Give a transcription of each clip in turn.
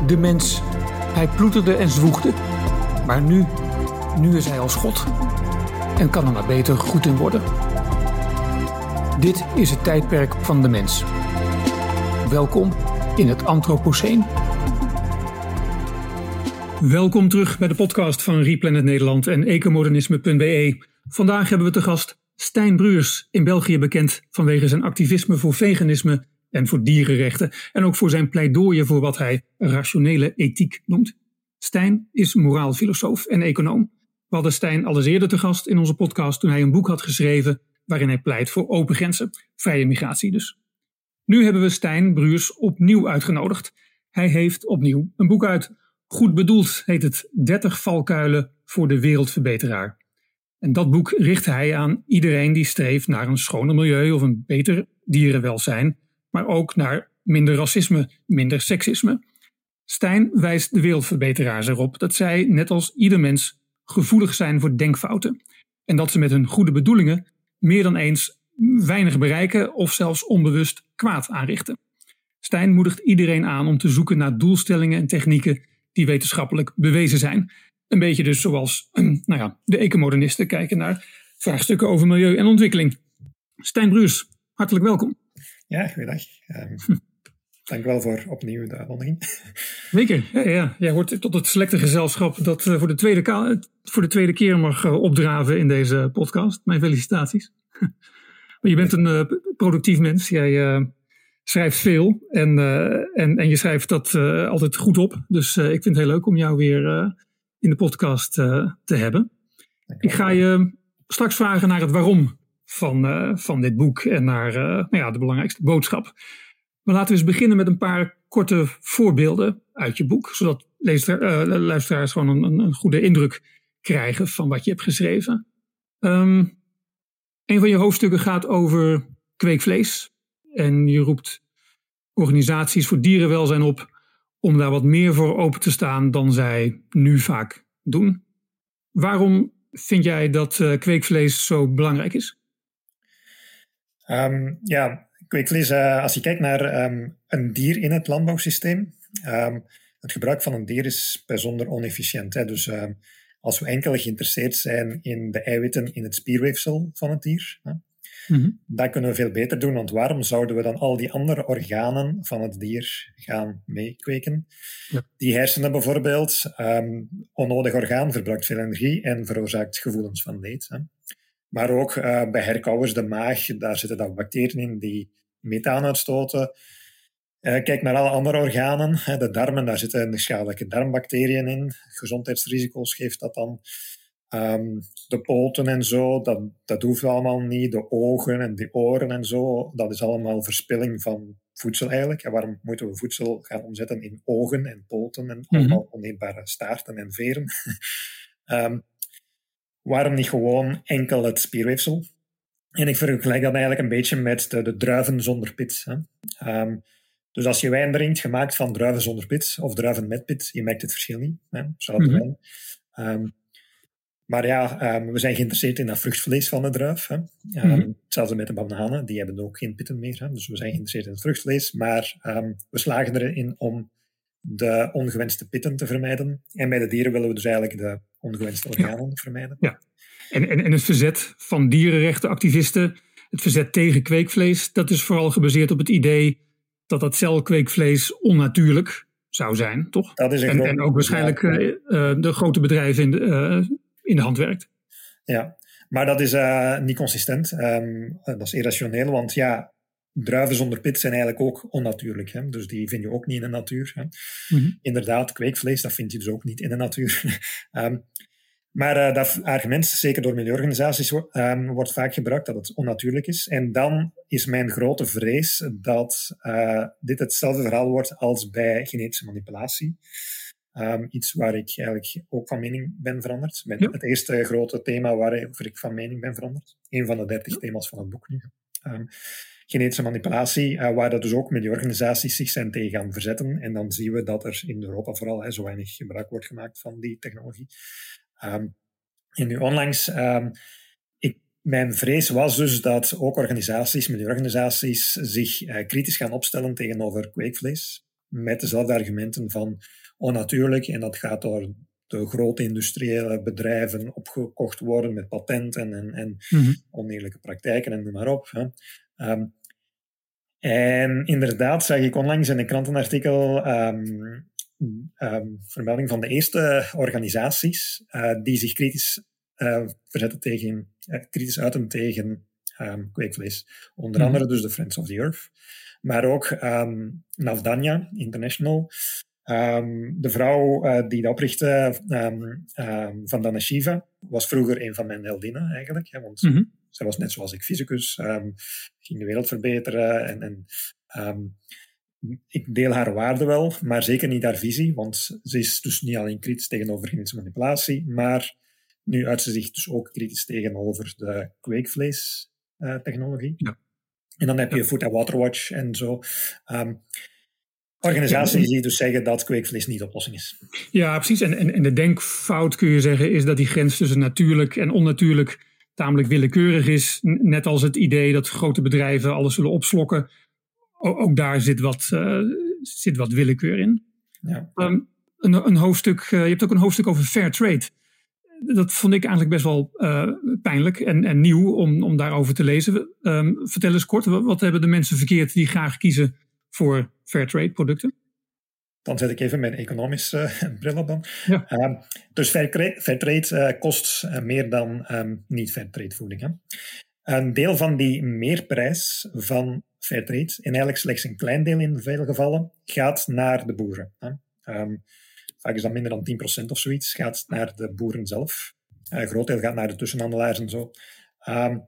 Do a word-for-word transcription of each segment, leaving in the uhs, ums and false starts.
de mens. Hij ploeterde en zwoegde. Maar nu, nu is hij als God. En kan er maar beter goed in worden. Dit is het tijdperk van de mens. Welkom in het Anthropoceen. Welkom terug bij de podcast van Replanet Nederland en ecomodernisme punt b e. Vandaag hebben we te gast Stijn Bruurs, in België bekend vanwege zijn activisme voor veganisme en voor dierenrechten. En ook voor zijn pleidooien voor wat hij rationele ethiek noemt. Stijn is moraalfilosoof en econoom. We hadden Stijn al eens eerder te gast in onze podcast toen hij een boek had geschreven waarin hij pleit voor open grenzen, vrije migratie dus. Nu hebben we Stijn Bruurs opnieuw uitgenodigd. Hij heeft opnieuw een boek uit. Goed bedoeld heet het dertig valkuilen voor de wereldverbeteraar. En dat boek richt hij aan iedereen die streeft naar een schoner milieu of een beter dierenwelzijn, maar ook naar minder racisme, minder seksisme. Stijn wijst de wereldverbeteraars erop dat zij, net als ieder mens, gevoelig zijn voor denkfouten. En dat ze met hun goede bedoelingen meer dan eens weinig bereiken of zelfs onbewust kwaad aanrichten. Stijn moedigt iedereen aan om te zoeken naar doelstellingen en technieken die wetenschappelijk bewezen zijn. Een beetje dus zoals nou ja, de ecomodernisten kijken naar vraagstukken over milieu en ontwikkeling. Stijn Bruurs, hartelijk welkom. Ja, goeiedag. Um, dank wel voor opnieuw de uitnodiging. Zeker, ja, ja. Jij hoort tot het selecte gezelschap dat uh, voor, de tweede ka- voor de tweede keer mag uh, opdraven in deze podcast. Mijn felicitaties. Maar je bent een uh, productief mens. Jij uh, schrijft veel en, uh, en, en je schrijft dat uh, altijd goed op. Dus uh, ik vind het heel leuk om jou weer uh, in de podcast uh, te hebben. Ik ga je straks vragen naar het waarom van, uh, van dit boek en naar uh, nou ja, de belangrijkste boodschap. Maar laten we eens beginnen met een paar korte voorbeelden uit je boek, zodat lezer, uh, luisteraars gewoon een, een goede indruk krijgen van wat je hebt geschreven. Um, een van je hoofdstukken gaat over kweekvlees. En je roept organisaties voor dierenwelzijn op om daar wat meer voor open te staan dan zij nu vaak doen. Waarom vind jij dat uh, kweekvlees zo belangrijk is? Um, ja, kweekvlees, uh, als je kijkt naar um, een dier in het landbouwsysteem, um, het gebruik van een dier is bijzonder onefficiënt. Hè? Dus um, als we enkel geïnteresseerd zijn in de eiwitten in het spierweefsel van het dier, hè, mm-hmm. dan kunnen we veel beter doen. Want waarom zouden we dan al die andere organen van het dier gaan meekweken? Ja. Die hersenen bijvoorbeeld, um, onnodig orgaan, verbruikt veel energie en veroorzaakt gevoelens van leed. Hè? Maar ook uh, bij herkauwers, de maag, daar zitten dan bacteriën in die methaan uitstoten. Uh, kijk naar alle andere organen. Hè, de darmen, daar zitten schadelijke darmbacteriën in. Gezondheidsrisico's geeft dat dan. Um, de poten en zo, dat, dat hoeft allemaal niet. De ogen en de oren en zo, dat is allemaal verspilling van voedsel eigenlijk. En waarom moeten we voedsel gaan omzetten in ogen en poten en mm-hmm. allemaal oneetbare staarten en veren? um, Waarom niet gewoon enkel het spierweefsel? En ik vergelijk dat eigenlijk een beetje met de, de druiven zonder pit. Hè. Um, dus als je wijn drinkt, gemaakt van druiven zonder pit, of druiven met pit, je merkt het verschil niet. Hè. Mm-hmm. wijn. Um, maar ja, um, we zijn geïnteresseerd in dat vruchtvlees van de druif. Hè. Um, mm-hmm. Hetzelfde met de bananen, die hebben ook geen pitten meer. Hè. Dus we zijn geïnteresseerd in het vruchtvlees, maar um, we slagen erin om de ongewenste pitten te vermijden. En bij de dieren willen we dus eigenlijk de ongewenste organen ja. vermijden. Ja. En, en, en het verzet van dierenrechtenactivisten, het verzet tegen kweekvlees, dat is vooral gebaseerd op het idee dat dat celkweekvlees onnatuurlijk zou zijn, toch? Dat is een en, groot... en ook waarschijnlijk uh, uh, de grote bedrijven in de, uh, in de hand werkt. Ja, maar dat is uh, niet consistent. Um, dat is irrationeel, want ja, druiven zonder pit zijn eigenlijk ook onnatuurlijk. Hè? Dus die vind je ook niet in de natuur. Hè? Mm-hmm. Inderdaad, kweekvlees, dat vind je dus ook niet in de natuur. um, maar uh, dat argument, zeker door milieuorganisaties, um, wordt vaak gebruikt dat het onnatuurlijk is. En dan is mijn grote vrees dat uh, dit hetzelfde verhaal wordt als bij genetische manipulatie. Um, iets waar ik eigenlijk ook van mening ben veranderd. Met ja. Het eerste grote thema waarover ik van mening ben veranderd. Een van de dertig thema's van het boek nu. Um, genetische manipulatie, uh, waar dat dus ook milieuorganisaties zich zijn tegen gaan verzetten. En dan zien we dat er in Europa vooral hè, zo weinig gebruik wordt gemaakt van die technologie. Um, en nu onlangs, um, ik, mijn vrees was dus dat ook organisaties, milieuorganisaties, zich uh, kritisch gaan opstellen tegenover kweekvlees. met dezelfde argumenten van onnatuurlijk en dat gaat door de grote industriële bedrijven opgekocht worden met patenten en, en mm-hmm. oneerlijke praktijken en noem maar op. Hè. Um, en inderdaad zag ik onlangs in een krantenartikel um, um, vermelding van de eerste organisaties uh, die zich kritisch uh, verzetten tegen, uh, kritisch uiten tegen um, kweekvlees. Onder mm-hmm. andere dus de Friends of the Earth. Maar ook um, Navdanya International. Um, de vrouw uh, die dat oprichtte, um, um, Vandana Shiva, was vroeger een van mijn heldinnen eigenlijk. Hè, want mm-hmm. zij was net zoals ik fysicus, um, ging de wereld verbeteren. En, en um, ik deel haar waarde wel, maar zeker niet haar visie. Want ze is dus niet alleen kritisch tegenover genetische manipulatie, maar nu uit ze zich dus ook kritisch tegenover de kweekvlees-technologie. Uh, ja. En dan heb je ja. Food and Water Watch en zo. Um, Organisaties die dus zeggen dat kweekvlees niet de oplossing is. Ja, precies. En, en, en de denkfout, kun je zeggen, is dat die grens tussen natuurlijk en onnatuurlijk tamelijk willekeurig is. Net als het idee dat grote bedrijven alles zullen opslokken. O, ook daar zit wat, uh, zit wat willekeur in. Ja. Um, een, een hoofdstuk, uh, je hebt ook een hoofdstuk over fair trade. Dat vond ik eigenlijk best wel uh, pijnlijk en, en nieuw om, om daarover te lezen. Um, vertel eens kort, wat hebben de mensen verkeerd die graag kiezen voor fairtrade producten? Dan zet ik even mijn economische uh, bril op dan. Ja. Um, dus fairtrade, fairtrade uh, kost uh, meer dan um, niet-fairtrade voeding. Hè? Een deel van die meerprijs van fairtrade, en eigenlijk slechts een klein deel in veel gevallen, gaat naar de boeren. Hè? Um, vaak is dat minder dan tien procent of zoiets, gaat naar de boeren zelf. Uh, een groot deel gaat naar de tussenhandelaars en zo. Um,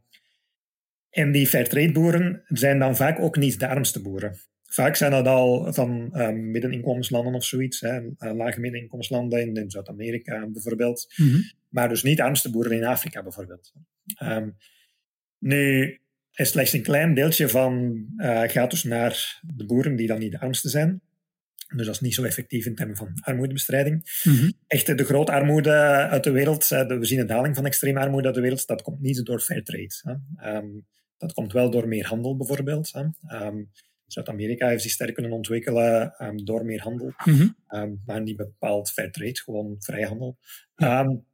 en die fairtrade boeren zijn dan vaak ook niet de armste boeren. Vaak zijn dat al van um, middeninkomenslanden of zoiets. Hè, uh, lage middeninkomenslanden in, in Zuid-Amerika bijvoorbeeld. Mm-hmm. Maar dus niet de armste boeren in Afrika bijvoorbeeld. Um, nu, is slechts een klein deeltje van uh, gaat dus naar de boeren die dan niet de armste zijn. Dus dat is niet zo effectief in termen van armoedebestrijding. Mm-hmm. Echt de grote armoede uit de wereld, uh, de, we zien een daling van extreme armoede uit de wereld, dat komt niet door fairtrade. Um, dat komt wel door meer handel bijvoorbeeld. Hè. Um, Zuid-Amerika heeft zich sterk kunnen ontwikkelen um, door meer handel. Mm-hmm. Um, maar niet bepaald fairtrade, gewoon vrijhandel. Ja. Um,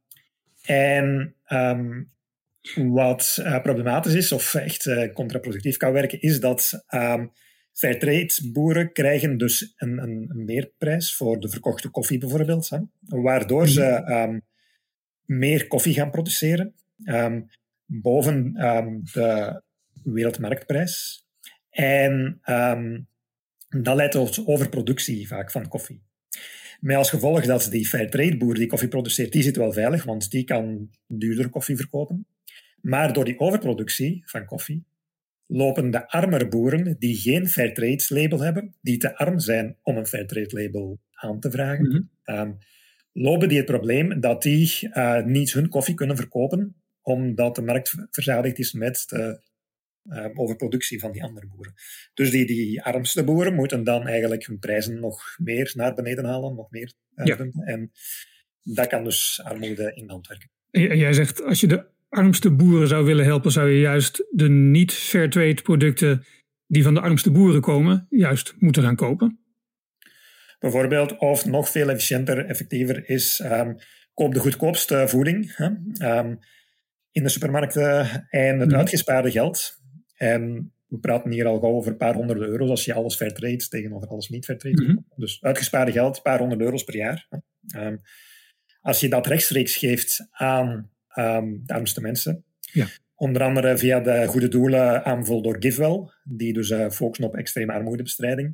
en um, wat uh, problematisch is, of echt uh, contraproductief kan werken, is dat um, fairtrade-boeren krijgen dus een, een, een meerprijs voor de verkochte koffie bijvoorbeeld, hè, waardoor mm-hmm. ze um, meer koffie gaan produceren, um, boven um, de wereldmarktprijs. En um, dat leidt tot overproductie vaak van koffie. Met als gevolg dat die fairtrade-boer die koffie produceert, die zit wel veilig, want die kan duurder koffie verkopen. Maar door die overproductie van koffie lopen de armere boeren die geen fairtrade-label hebben, die te arm zijn om een fairtrade-label aan te vragen, mm-hmm. um, lopen die het probleem dat die uh, niet hun koffie kunnen verkopen, omdat de markt verzadigd is met de Uh, overproductie van die andere boeren. Dus die, die armste boeren moeten dan eigenlijk hun prijzen nog meer naar beneden halen, nog meer uh, ja. doen. En dat kan dus armoede in de hand werken. En jij zegt, als je de armste boeren zou willen helpen, zou je juist de niet-fairtrade producten die van de armste boeren komen, juist moeten gaan kopen? Bijvoorbeeld, of nog veel efficiënter, effectiever is, um, koop de goedkoopste voeding hè, um, in de supermarkten en het mm. uitgespaarde geld. En we praten hier al gauw over een paar honderden euro's als je alles fairtrade tegenover alles niet fairtrade. Mm-hmm. Dus uitgespaarde geld, een paar honderd euro's per jaar. Um, als je dat rechtstreeks geeft aan um, de armste mensen, ja. onder andere via de goede doelen aanvul door GiveWell, die dus uh, focussen op extreme armoedebestrijding.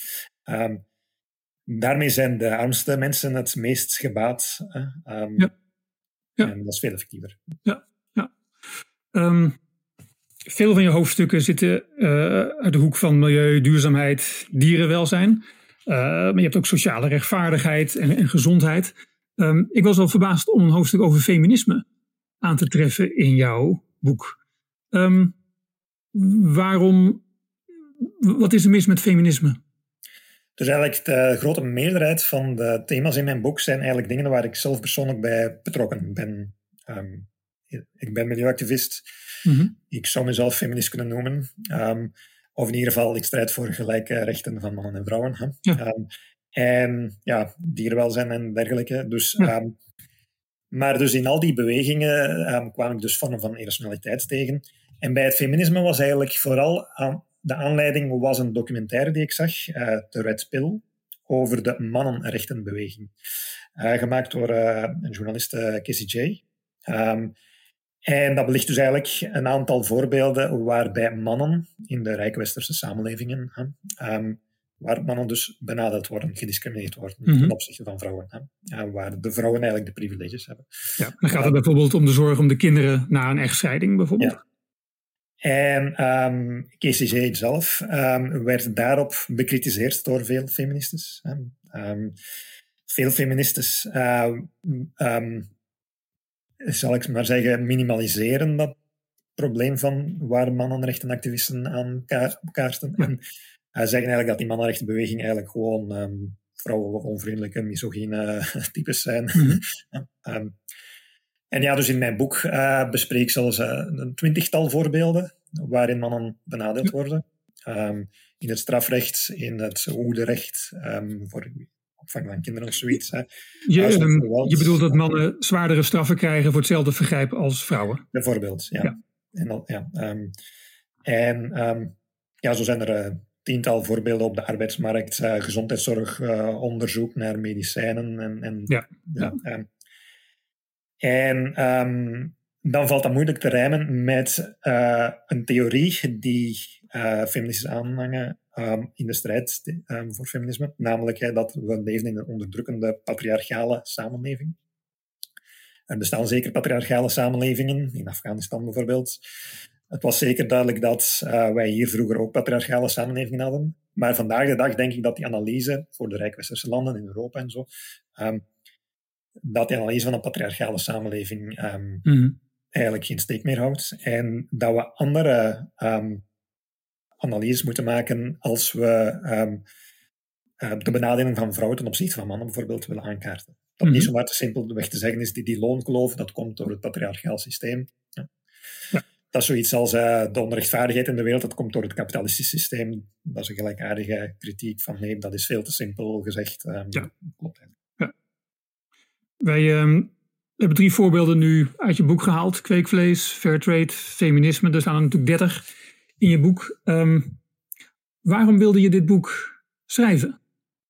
Um, daarmee zijn de armste mensen het meest gebaat. Uh, um, ja. Ja. En dat is veel effectiever. Ja, ja. Um... Veel van je hoofdstukken zitten uh, uit de hoek van milieu, duurzaamheid, dierenwelzijn. Uh, maar je hebt ook sociale rechtvaardigheid en, en gezondheid. Um, ik was wel verbaasd om een hoofdstuk over feminisme aan te treffen in jouw boek. Um, waarom, wat is er mis met feminisme? Dus eigenlijk de grote meerderheid van de thema's in mijn boek zijn eigenlijk dingen waar ik zelf persoonlijk bij betrokken ben. Um, ik ben milieuactivist. Mm-hmm. Ik zou mezelf feminist kunnen noemen. Um, Of in ieder geval, ik strijd voor gelijke rechten van mannen en vrouwen. Hè. Ja. Um, en ja, dierenwelzijn en dergelijke. Dus, Ja. um, maar dus in al die bewegingen um, kwam ik dus vormen van irrationaliteit tegen. En bij het feminisme was eigenlijk vooral aan, de aanleiding was een documentaire die ik zag, uh, The Red Pill, over de mannenrechtenbeweging. Uh, gemaakt door uh, een journalist, uh, Casey J. Um, en dat belicht dus eigenlijk een aantal voorbeelden waarbij mannen in de rijke westerse samenlevingen, hè, um, waar mannen dus benadeeld worden, gediscrimineerd worden mm-hmm. ten opzichte van vrouwen. Hè, ja, waar de vrouwen eigenlijk de privileges hebben. Ja, dan gaat het uh, bijvoorbeeld om de zorg om de kinderen na een echtscheiding bijvoorbeeld. Ja. En um, Casey J zelf um, werd daarop bekritiseerd door veel feministes. Um, veel feministes, uh, um, zal ik maar zeggen, minimaliseren dat probleem van waar mannenrechtenactivisten aan ka- kaarten. Ja. En uh, zeggen eigenlijk dat die mannenrechtenbeweging eigenlijk gewoon um, vrouwenonvriendelijke, misogyne types zijn. Mm-hmm. um, en ja, dus in mijn boek uh, bespreek ik zelfs uh, een twintigtal voorbeelden waarin mannen benadeeld worden. Um, in het strafrecht, in het ouderecht, um, voor opvang van kinderen of zoiets. Hè. Je, um, je bedoelt dat mannen zwaardere straffen krijgen voor hetzelfde vergrijp als vrouwen? Bijvoorbeeld, ja. ja. En, dan, ja um, en um, ja, zo zijn er uh, tiental voorbeelden op de arbeidsmarkt, uh, gezondheidszorg, uh, onderzoek naar medicijnen. En, en, ja. Ja. Ja, um, en um, dan valt dat moeilijk te rijmen met uh, een theorie die uh, feministes aanhangen um, in de strijd um, voor feminisme. Namelijk uh, dat we leven in een onderdrukkende patriarchale samenleving. Er bestaan zeker patriarchale samenlevingen, in Afghanistan bijvoorbeeld. Het was zeker duidelijk dat uh, wij hier vroeger ook patriarchale samenlevingen hadden. Maar vandaag de dag denk ik dat die analyse voor de rijkwesterse landen in Europa en zo... Um, dat die analyse van een patriarchale samenleving um, mm-hmm. eigenlijk geen steek meer houdt. En dat we andere um, analyses moeten maken als we um, uh, de benadeling van vrouwen ten opzichte van mannen bijvoorbeeld willen aankaarten. Dat mm-hmm. niet zomaar te simpelweg te zeggen is, die, die loonkloof, dat komt door het patriarchaal systeem. Ja. Ja. Dat is zoiets als uh, de onrechtvaardigheid in de wereld, dat komt door het kapitalistisch systeem. Dat is een gelijkaardige kritiek van nee, dat is veel te simpel gezegd. Um, ja. Klopt. Ja. Wij um, hebben drie voorbeelden nu uit je boek gehaald. Kweekvlees, Fairtrade, feminisme. Er staan er natuurlijk dertig in je boek. Um, waarom wilde je dit boek schrijven?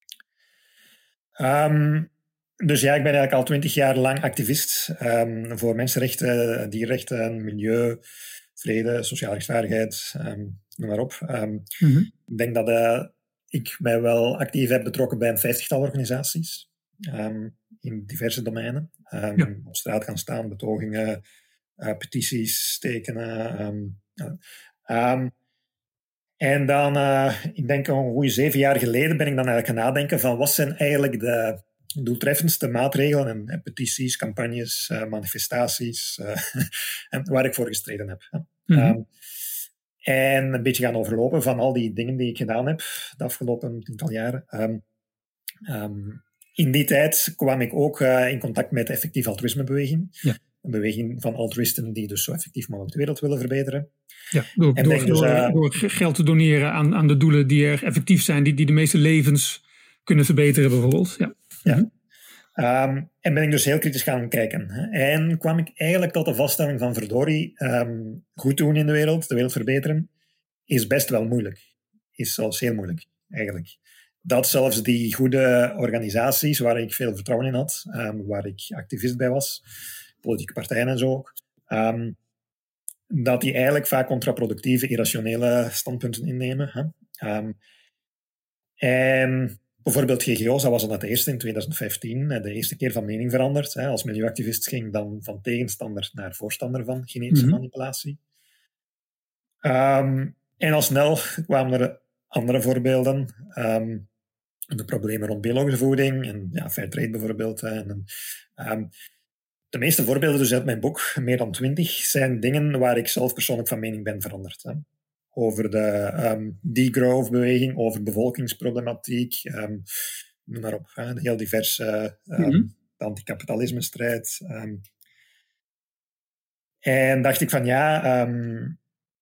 Um, dus ja, ik ben eigenlijk al twintig jaar lang activist um, voor mensenrechten, dierrechten, milieu, vrede, sociale rechtvaardigheid, um, noem maar op. Um, mm-hmm. Ik denk dat uh, ik mij wel actief heb betrokken bij een vijftigtal organisaties. Um, in diverse domeinen. Um, ja. Op straat gaan staan, betogingen, uh, petities tekenen. Um, uh, um, en dan, uh, ik denk een goede zeven jaar geleden ben ik dan eigenlijk gaan nadenken van wat zijn eigenlijk de doeltreffendste maatregelen en, en petities, campagnes, uh, manifestaties uh, en waar ik voor gestreden heb. Mm-hmm. Um, en een beetje gaan overlopen van al die dingen die ik gedaan heb de afgelopen tiental jaren. Um, um, In die tijd kwam ik ook uh, in contact met de effectieve altruïsmebeweging. Ja. Een beweging van altruïsten die dus zo effectief mogelijk de wereld willen verbeteren. Ja, door, door, dus, door, uh, door geld te doneren aan, aan de doelen die er effectief zijn, die, die de meeste levens kunnen verbeteren bijvoorbeeld. Ja. Ja. Um, en ben ik dus heel kritisch gaan kijken. En kwam ik eigenlijk tot de vaststelling van verdorie, um, goed doen in de wereld, de wereld verbeteren, is best wel moeilijk. Is zelfs heel moeilijk, eigenlijk. Dat zelfs die goede organisaties, waar ik veel vertrouwen in had, um, waar ik activist bij was, politieke partijen en zo ook, um, dat die eigenlijk vaak contraproductieve, irrationele standpunten innemen. Hè? Um, en bijvoorbeeld G G O's, dat was al het eerste in twintig vijftien, de eerste keer van mening veranderd. Hè? Als milieuactivist ging dan van tegenstander naar voorstander van genetische mm-hmm. manipulatie. Um, en al snel kwamen er andere voorbeelden. Um, de problemen rond biologische voeding en ja, Fairtrade bijvoorbeeld. En, um, de meeste voorbeelden dus uit mijn boek, meer dan twintig, zijn dingen waar ik zelf persoonlijk van mening ben veranderd. Hè. Over de um, degrowth-beweging, over bevolkingsproblematiek, um, noem maar op. Hè. De heel diverse uh, um, mm-hmm. anticapitalisme-strijd. Um. En dacht ik van ja... Um,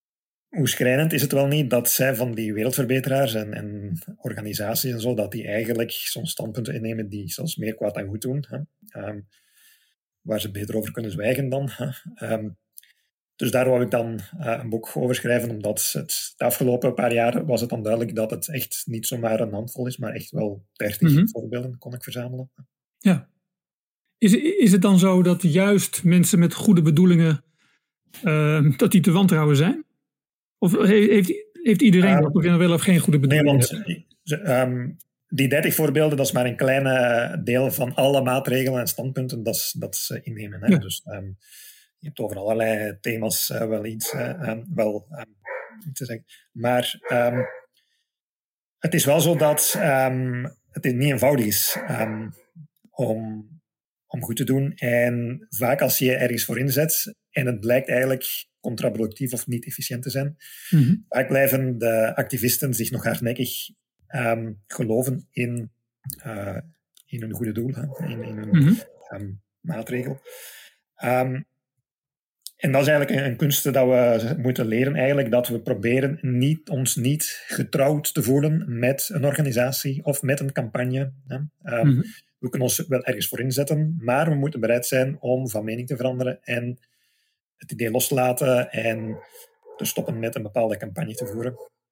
hoe schrijnend is het wel niet dat zij van die wereldverbeteraars en, en organisaties en zo, dat die eigenlijk soms standpunten innemen die zelfs meer kwaad dan goed doen. Hè? Um, waar ze beter over kunnen zwijgen dan. Hè? Um, dus daar wou ik dan uh, een boek over schrijven, omdat het de afgelopen paar jaar was het dan duidelijk dat het echt niet zomaar een handvol is, maar echt wel dertig mm-hmm. voorbeelden kon ik verzamelen. Ja. Is, is het dan zo dat juist mensen met goede bedoelingen uh, dat die te wantrouwen zijn? Of heeft, heeft iedereen uh, dat wel of geen goede bedoelingen? Nee, want um, die dertig voorbeelden, dat is maar een kleine deel van alle maatregelen en standpunten dat, dat ze innemen. Hè? Ja. Dus um, je hebt over allerlei thema's uh, wel iets uh, um, wel, um, te zeggen. Maar um, het is wel zo dat um, het niet eenvoudig is um, om, om goed te doen. En vaak als je ergens voor inzet en het blijkt eigenlijk contraproductief of niet efficiënt te zijn, mm-hmm. vaak blijven de activisten zich nog hardnekkig um, geloven in, uh, in hun goede doel, hè? in, in hun mm-hmm. um, maatregel. Um, en dat is eigenlijk een, een kunst dat we moeten leren, eigenlijk, dat we proberen niet, ons niet getrouwd te voelen met een organisatie of met een campagne. Hè? Um, mm-hmm. We kunnen ons wel ergens voor inzetten, maar we moeten bereid zijn om van mening te veranderen en het idee los te laten en te stoppen met een bepaalde campagne te voeren.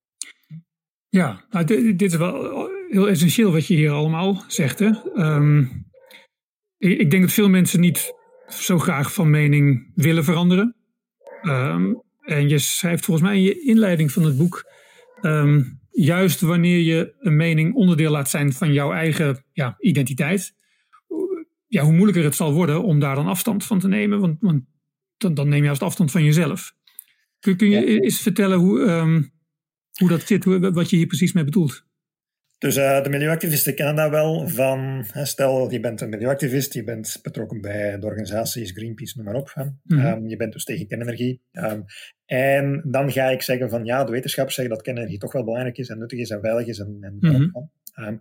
Ja, nou, dit, dit is wel heel essentieel wat je hier allemaal zegt. Hè? Um, ik denk dat veel mensen niet zo graag van mening willen veranderen. Um, en je schrijft volgens mij in je inleiding van het boek, um, juist wanneer je een mening onderdeel laat zijn van jouw eigen ja, identiteit, ja, hoe moeilijker het zal worden om daar dan afstand van te nemen, want, want dan, dan neem je juist afstand van jezelf. Kun, kun je ja. eens vertellen hoe, um, hoe dat zit, hoe, wat je hier precies mee bedoelt? Dus uh, de milieuactivisten kennen dat wel van, hè, stel je bent een milieuactivist, je bent betrokken bij de organisaties Greenpeace, noem maar op. Hè. Mm-hmm. Um, je bent dus tegen kernenergie. Um, en dan ga ik zeggen van ja, de wetenschappers zeggen dat kernenergie toch wel belangrijk is en nuttig is en veilig is. En, en mm-hmm. um,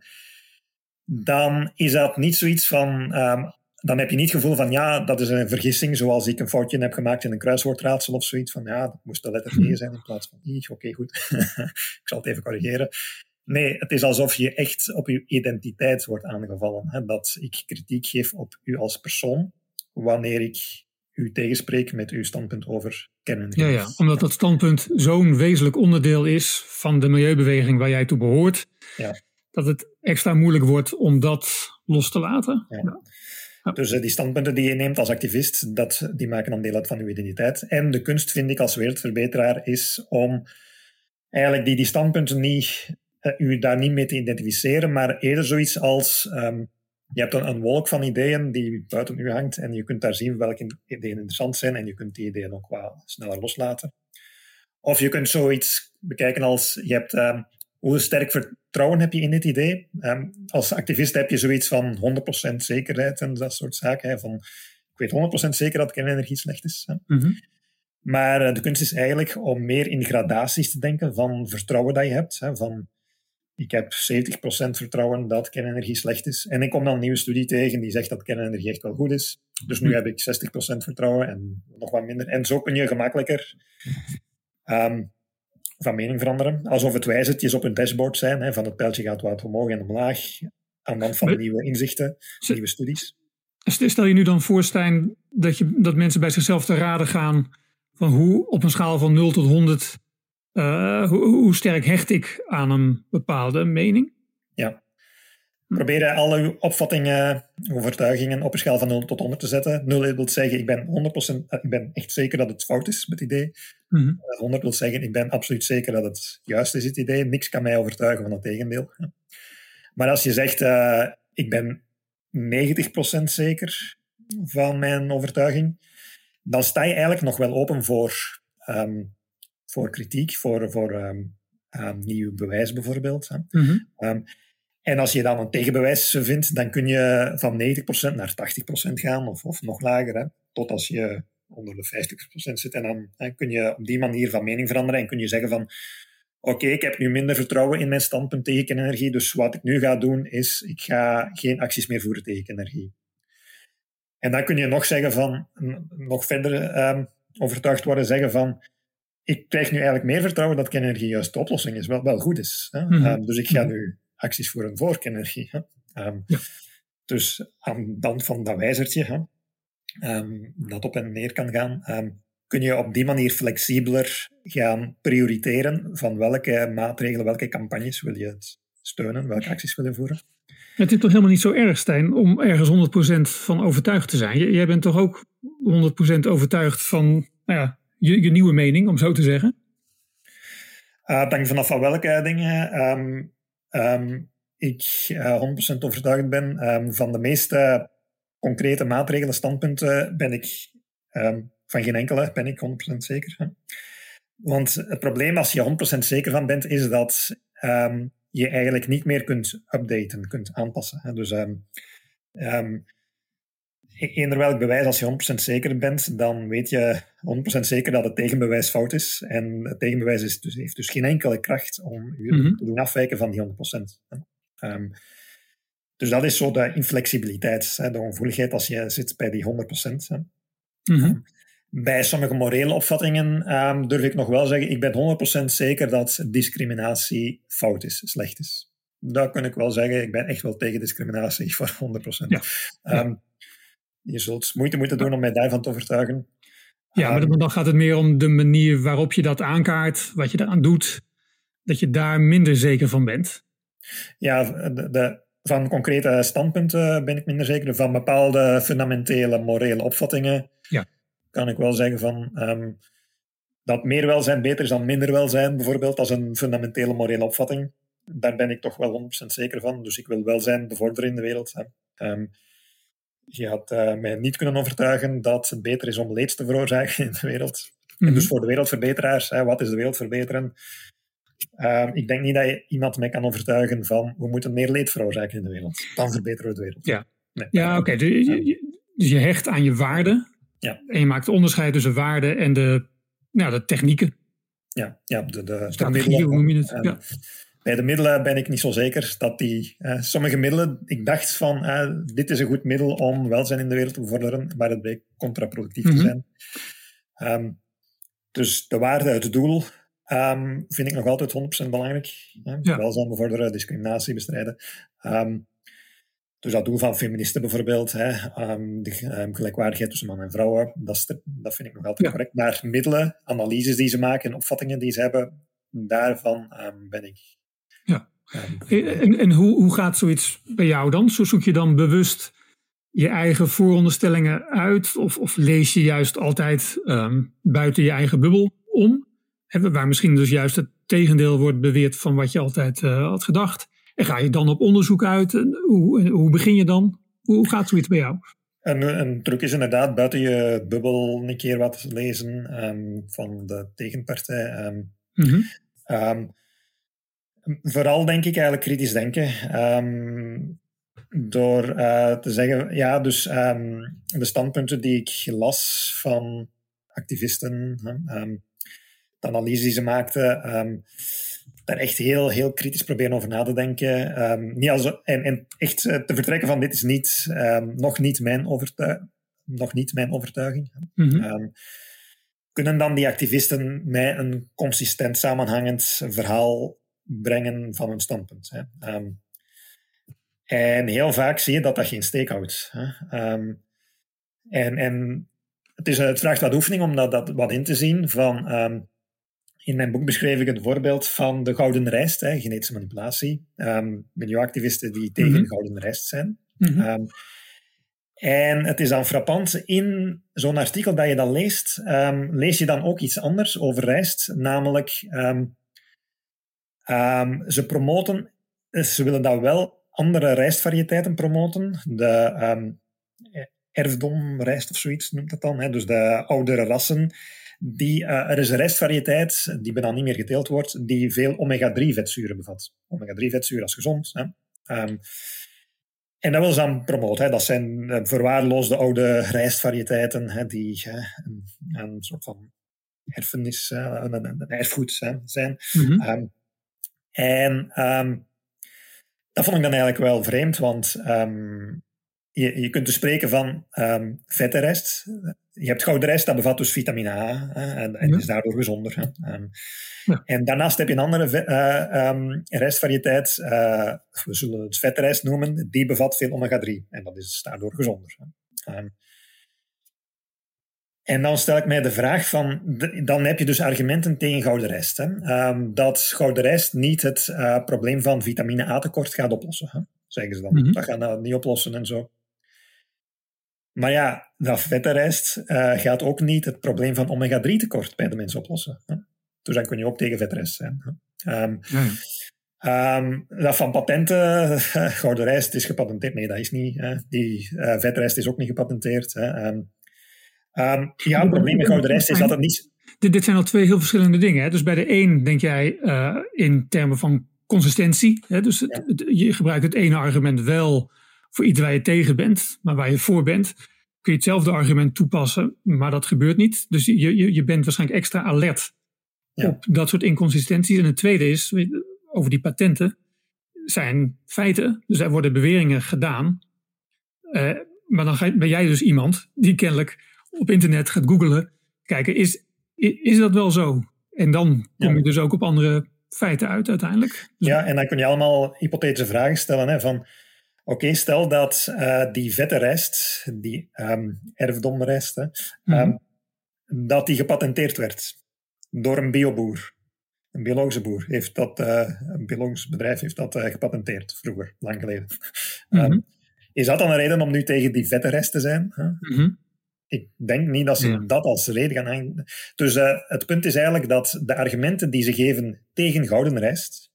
dan is dat niet zoiets van, um, dan heb je niet het gevoel van ja, dat is een vergissing, zoals ik een foutje heb gemaakt in een kruiswoordraadsel of zoiets van ja, dat moest de letter E zijn in plaats van I. Oké, okay, goed. Ik zal het even corrigeren. Nee, het is alsof je echt op je identiteit wordt aangevallen. Hè? Dat ik kritiek geef op u als persoon, wanneer ik u tegenspreek met uw standpunt over kernenergie. Ja, ja, omdat dat standpunt zo'n wezenlijk onderdeel is van de milieubeweging waar jij toe behoort, ja. dat het extra moeilijk wordt om dat los te laten. Ja. Ja. Ja. Dus uh, die standpunten die je neemt als activist, dat, die maken dan deel uit van uw identiteit. En de kunst, vind ik, als wereldverbeteraar, is om eigenlijk die, die standpunten niet... Uh, u daar niet mee te identificeren, maar eerder zoiets als um, je hebt een, een wolk van ideeën die buiten u hangt en je kunt daar zien welke ideeën interessant zijn en je kunt die ideeën ook wat sneller loslaten. Of je kunt zoiets bekijken als je hebt um, hoe sterk vertrouwen heb je in dit idee. Um, als activist heb je zoiets van honderd procent zekerheid en dat soort zaken. Hè, van, ik weet honderd procent zeker dat kernenergie slecht is. Hè. Mm-hmm. Maar uh, de kunst is eigenlijk om meer in gradaties te denken van vertrouwen dat je hebt. Hè, van ik heb zeventig procent vertrouwen dat kernenergie slecht is. En ik kom dan een nieuwe studie tegen die zegt dat kernenergie echt wel goed is. Dus nu heb ik zestig procent vertrouwen en nog wat minder. En zo kun je gemakkelijker um, van mening veranderen. Alsof het wijzertjes op een dashboard zijn. Hè, van het pijltje gaat wat omhoog en omlaag. Aan de hand van nieuwe inzichten, nieuwe studies. Stel je nu dan voor, Stijn, dat, je, dat mensen bij zichzelf te raden gaan van hoe op een schaal van nul tot honderd... Uh, hoe, hoe sterk hecht ik aan een bepaalde mening? Ja. Probeer al uw opvattingen, overtuigingen op een schaal van nul tot honderd te zetten. nul wil zeggen, ik ben honderd procent, ik ben echt zeker dat het fout is met het idee. Mm-hmm. honderd wil zeggen, ik ben absoluut zeker dat het juist is, het idee. Niks kan mij overtuigen van het tegendeel. Maar als je zegt, uh, ik ben negentig procent zeker van mijn overtuiging, dan sta je eigenlijk nog wel open voor... Um, voor kritiek, voor, voor um, um, nieuw bewijs bijvoorbeeld. Mm-hmm. Um, en als je dan een tegenbewijs vindt, dan kun je van negentig procent naar tachtig procent gaan, of, of nog lager, hè, tot als je onder de vijftig procent zit. En dan hè, kun je op die manier van mening veranderen en kun je zeggen van oké, okay, ik heb nu minder vertrouwen in mijn standpunt tegen kernenergie, dus wat ik nu ga doen is, ik ga geen acties meer voeren tegen kernenergie. En dan kun je nog zeggen van, nog verder um, overtuigd worden, zeggen van ik krijg nu eigenlijk meer vertrouwen dat kernenergie juist de oplossing is, wel, wel goed is. Hè? Mm-hmm. Um, dus ik ga nu acties voeren voor kernenergie. Hè? Um, ja. Dus aan de hand van dat wijzertje, hè, um, dat op en neer kan gaan, um, kun je op die manier flexibeler gaan prioriteren van welke maatregelen, welke campagnes wil je steunen, welke acties wil je voeren. Het is toch helemaal niet zo erg, Stijn, om ergens honderd procent van overtuigd te zijn. Jij bent toch ook honderd procent overtuigd van nou ja, je, je nieuwe mening, om zo te zeggen? Uh, het hangt vanaf van welke dingen um, um, ik uh, honderd procent overtuigd ben. Um, van de meeste concrete maatregelen, standpunten, ben ik um, van geen enkele ben ik honderd procent zeker. Hè? Want het probleem als je honderd procent zeker van bent, is dat um, je eigenlijk niet meer kunt updaten, kunt aanpassen. Hè? Dus um, um, eender welk bewijs, als je honderd procent zeker bent, dan weet je honderd procent zeker dat het tegenbewijs fout is. En het tegenbewijs is dus, heeft dus geen enkele kracht om je mm-hmm. te doen afwijken van die honderd procent. Um, dus dat is zo de inflexibiliteit, hè, de ongevoeligheid als je zit bij die honderd procent. Hè. Mm-hmm. Bij sommige morele opvattingen um, durf ik nog wel zeggen, ik ben honderd procent zeker dat discriminatie fout is, slecht is. Dat kan ik wel zeggen, ik ben echt wel tegen discriminatie voor honderd procent. Ja. Ja. Um, je zult moeite moeten doen om mij daarvan te overtuigen. Ja, maar dan gaat het meer om de manier waarop je dat aankaart, wat je daaraan doet, dat je daar minder zeker van bent. Ja, de, de, van concrete standpunten ben ik minder zeker. Van bepaalde fundamentele morele opvattingen ja. kan ik wel zeggen van um, dat meer welzijn beter is dan minder welzijn, bijvoorbeeld, als een fundamentele morele opvatting. Daar ben ik toch wel honderd procent zeker van. Dus ik wil welzijn bevorderen in de wereld. Hè. Um, je had uh, mij niet kunnen overtuigen dat het beter is om leed te veroorzaken in de wereld. Mm-hmm. En dus voor de wereldverbeteraars, hè, wat is de wereld verbeteren? Uh, ik denk niet dat je iemand mij kan overtuigen van we moeten meer leed veroorzaken in de wereld. Dan verbeteren we de wereld. Ja, nee, ja oké. Okay. Dus, dus je hecht aan je waarden. Ja. En je maakt onderscheid tussen waarden en de, nou, de technieken. Ja, ja de, de, de middelen. Hoe noem je het? Um, ja. Bij de middelen ben ik niet zo zeker dat die... Uh, sommige middelen, ik dacht van uh, dit is een goed middel om welzijn in de wereld te bevorderen, maar het bleek contraproductief mm-hmm. te zijn. Um, dus de waarde, het doel... Um, vind ik nog altijd honderd procent belangrijk. Hè? Ja. Welzijn bevorderen, discriminatie bestrijden. Um, dus dat doel van feministen bijvoorbeeld, hè? Um, de um, gelijkwaardigheid tussen man en vrouwen, dat, is te, dat vind ik nog altijd ja. correct. Maar middelen, analyses die ze maken en opvattingen die ze hebben, daarvan um, ben ik... Ja. Um, en en hoe, hoe gaat zoiets bij jou dan? Zo zoek je dan bewust je eigen vooronderstellingen uit? Of, of lees je juist altijd um, buiten je eigen bubbel om? Waar misschien dus juist het tegendeel wordt beweerd van wat je altijd uh, had gedacht. En ga je dan op onderzoek uit? Hoe, hoe begin je dan? Hoe gaat zoiets bij jou? Een, een truc is inderdaad buiten je bubbel een keer wat lezen um, van de tegenpartij. Um, mm-hmm. um, vooral denk ik eigenlijk kritisch denken. Um, door uh, te zeggen, ja, dus um, de standpunten die ik las van activisten... Um, de analyse die ze maakten, um, daar echt heel, heel kritisch proberen over na te denken. Um, niet als, en, en echt uh, te vertrekken van dit is niet, um, nog, niet mijn overtuig, nog niet mijn overtuiging. Mm-hmm. Um, kunnen dan die activisten mij een consistent, samenhangend verhaal brengen van hun standpunt. Hè? Um, en heel vaak zie je dat dat geen steek houdt. Hè? Um, en, en het, is, het vraagt wat oefening om dat, dat wat in te zien van... Um, In mijn boek beschreef ik het voorbeeld van de gouden rijst, hè, genetische manipulatie. Um, milieuactivisten die tegen mm-hmm. de gouden rijst zijn. Mm-hmm. Um, en het is dan frappant, in zo'n artikel dat je dan leest, um, lees je dan ook iets anders over rijst. Namelijk, um, um, ze promoten, ze willen dan wel andere rijstvariëteiten promoten. De um, erfdomrijst of zoiets noemt dat dan. Hè, dus de oudere rassen. Die, uh, er is een rijstvariëteit, die bijna niet meer geteeld wordt, die veel omega drie vetzuren bevat. omega drie vetzuren als gezond. Hè. Um, en dat willen ze dan promoten. Hè. Dat zijn uh, verwaarloosde oude rijstvariëteiten hè, die uh, een, een soort van erfenis, uh, een, een, een erfgoed hè, zijn. Mm-hmm. Um, en um, dat vond ik dan eigenlijk wel vreemd, want um, je, je kunt dus spreken van um, vette rijst. je hebt gouden rijst, dat bevat dus vitamine A uh, en, en ja. is daardoor gezonder. Hè. Um, ja. En daarnaast heb je een andere uh, um, rijstvariëteit, uh, we zullen het vetrijst noemen, die bevat veel omega drie en dat is daardoor gezonder. Hè. Um, En dan stel ik mij de vraag van, dan heb je dus argumenten tegen gouden rijst. Hè? Um, dat gouden rijst niet het uh, probleem van vitamine A tekort gaat oplossen. Hè? Zeggen ze dan. Mm-hmm. Dat gaat dat niet oplossen en zo. Maar ja, dat vette rijst uh, gaat ook niet het probleem van omega drie tekort bij de mensen oplossen. Hè? Dus dan kun je ook tegen vetrijst zijn. Hè? Um, ja. um, dat van patenten, uh, gouden rijst is gepatenteerd. Nee, dat is niet. Hè? Die uh, vetrijst is ook niet gepatenteerd. Hè? Um, Um, ja, het probleem met gouden rijst is dat het niet... Dit, dit zijn al twee heel verschillende dingen. Hè? Dus bij de een denk jij uh, in termen van consistentie. Hè? Dus het, ja. het, je gebruikt het ene argument wel voor iets waar je tegen bent, maar waar je voor bent. Kun je hetzelfde argument toepassen, maar dat gebeurt niet. Dus je, je, je bent waarschijnlijk extra alert ja. op dat soort inconsistenties. En het tweede is, over die patenten, zijn feiten. Dus er worden beweringen gedaan. Uh, maar dan ga, ben jij dus iemand die kennelijk op internet gaat googlen, kijken, is, is dat wel zo? En dan kom je ja. dus ook op andere feiten uit uiteindelijk. Dus ja, en dan kun je allemaal hypothetische vragen stellen. Hè, van, oké, okay, stel dat uh, die vette rijst, die um, erfdomrijst, hè, mm-hmm. um, dat die gepatenteerd werd door een bioboer. Een biologische boer heeft dat, uh, een biologisch bedrijf heeft dat uh, gepatenteerd vroeger, lang geleden. Mm-hmm. Um, is dat dan een reden om nu tegen die vette rijst te zijn? Huh? Mm-hmm. Ik denk niet dat ze ja. dat als reden gaan hangen. Dus uh, het punt is eigenlijk dat de argumenten die ze geven tegen gouden rijst,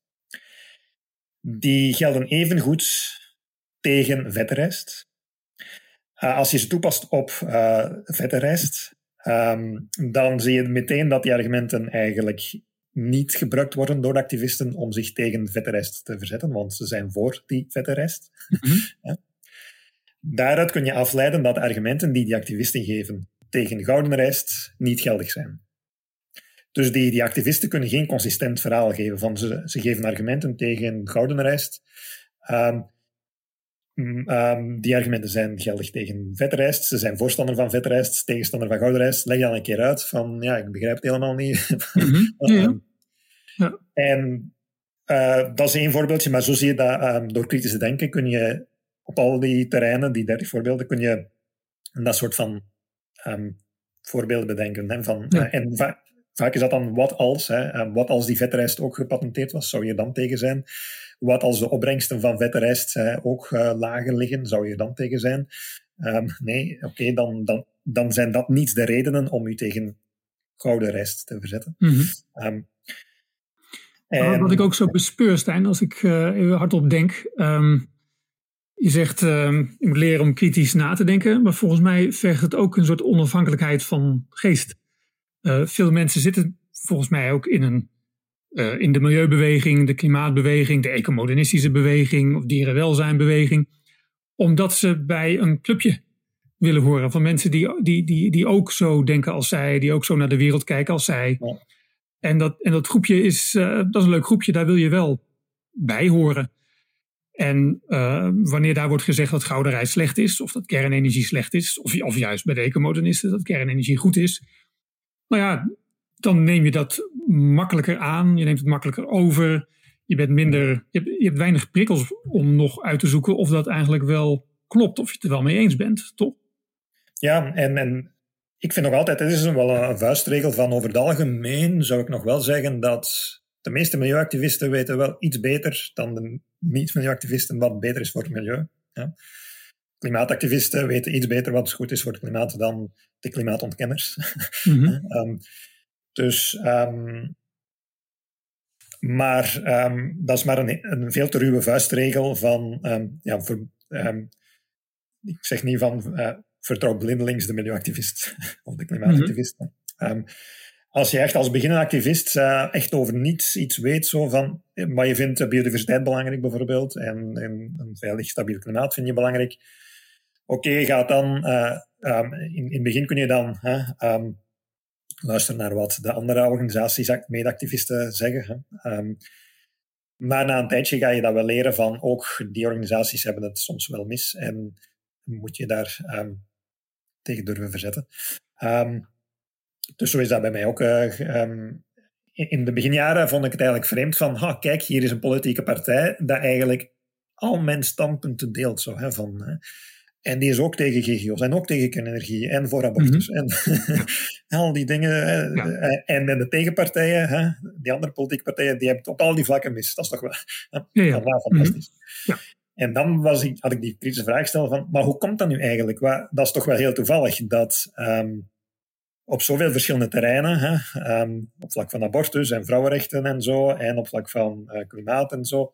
die gelden evengoed tegen vette rijst. Uh, als je ze toepast op uh, vette rijst, um, dan zie je meteen dat die argumenten eigenlijk niet gebruikt worden door de activisten om zich tegen vette rijst te verzetten, want ze zijn voor die vette rijst. Mm-hmm. ja. Daaruit kun je afleiden dat de argumenten die die activisten geven tegen gouden rijst niet geldig zijn. Dus die, die activisten kunnen geen consistent verhaal geven. Van ze, ze geven argumenten tegen gouden rijst. Um, um, die argumenten zijn geldig tegen vette rijst. Ze zijn voorstander van vette rijst, tegenstander van gouden rijst. Leg dan een keer uit van, ja, ik begrijp het helemaal niet. Mm-hmm. Ja. ja. En uh, dat is één voorbeeldje, maar zo zie je dat um, door kritisch te denken kun je op al die terreinen, die dertig voorbeelden, kun je dat soort van um, voorbeelden bedenken. Hè, van, ja. uh, en va- vaak is dat dan wat als. Hè, uh, wat als die vetrijst ook gepatenteerd was, zou je dan tegen zijn. Wat als de opbrengsten van vetrijst uh, ook uh, lager liggen, zou je dan tegen zijn. Um, nee, oké, okay, dan, dan, dan zijn dat niet de redenen om u tegen gouden rijst te verzetten. Mm-hmm. Um, en, wat ik ook zo bespeur, Stijn, als ik uh, even hardop denk... Um, Je zegt, uh, je moet leren om kritisch na te denken, maar volgens mij vergt het ook een soort onafhankelijkheid van geest. Uh, veel mensen zitten volgens mij ook in, een, uh, in de milieubeweging, de klimaatbeweging, de ecomodernistische beweging of dierenwelzijnbeweging, omdat ze bij een clubje willen horen van mensen die, die, die, die ook zo denken als zij, die ook zo naar de wereld kijken als zij. Ja. En, dat, en dat groepje is, uh, dat is een leuk groepje, daar wil je wel bij horen. En uh, wanneer daar wordt gezegd dat gouden rijst slecht is, of dat kernenergie slecht is, of, of juist bij de ecomodernisten dat kernenergie goed is, nou ja, dan neem je dat makkelijker aan, je neemt het makkelijker over, je bent minder, je hebt, je hebt weinig prikkels om nog uit te zoeken of dat eigenlijk wel klopt, of je het er wel mee eens bent, toch? Ja, en, en ik vind nog altijd, het is wel een vuistregel van over het algemeen, zou ik nog wel zeggen dat de meeste milieuactivisten weten wel iets beter dan de niet-milieuactivisten wat beter is voor het milieu. Ja. Klimaatactivisten weten iets beter wat goed is voor het klimaat dan de klimaatontkenners. Mm-hmm. um, dus, um, maar um, dat is maar een, een veel te ruwe vuistregel van, um, ja, voor, um, ik zeg niet van uh, vertrouw blindelings de milieuactivist of de klimaatactivist. Mm-hmm. Um, Als je echt als beginnende activist uh, echt over niets iets weet, zo van, maar je vindt biodiversiteit belangrijk bijvoorbeeld en, en een veilig stabiel klimaat vind je belangrijk. Oké, okay, gaat dan, uh, um, in, in het begin kun je dan uh, um, luisteren naar wat de andere organisaties, medeactivisten zeggen. Hè. Um, maar na een tijdje ga je dat wel leren van, ook die organisaties hebben het soms wel mis en moet je daar um, tegen durven verzetten. Um, dus zo is dat bij mij ook. Uh, um, in de beginjaren vond ik het eigenlijk vreemd van, ha, kijk, hier is een politieke partij dat eigenlijk al mijn standpunten deelt. Zo, hè, van, hè. En die is ook tegen G G O's en ook tegen kernenergie en voor abortus. Mm-hmm. En al die dingen. Ja. En de tegenpartijen, hè, die andere politieke partijen, die hebben het op al die vlakken mis. Dat is toch wel, hè, ja, ja. fantastisch. Mm-hmm. Ja. En dan was ik, had ik die kritische vraag gesteld van, maar hoe komt dat nu eigenlijk? Dat is toch wel heel toevallig dat um, op zoveel verschillende terreinen, hè, um, op vlak van abortus en vrouwenrechten en zo, en op vlak van uh, klimaat en zo,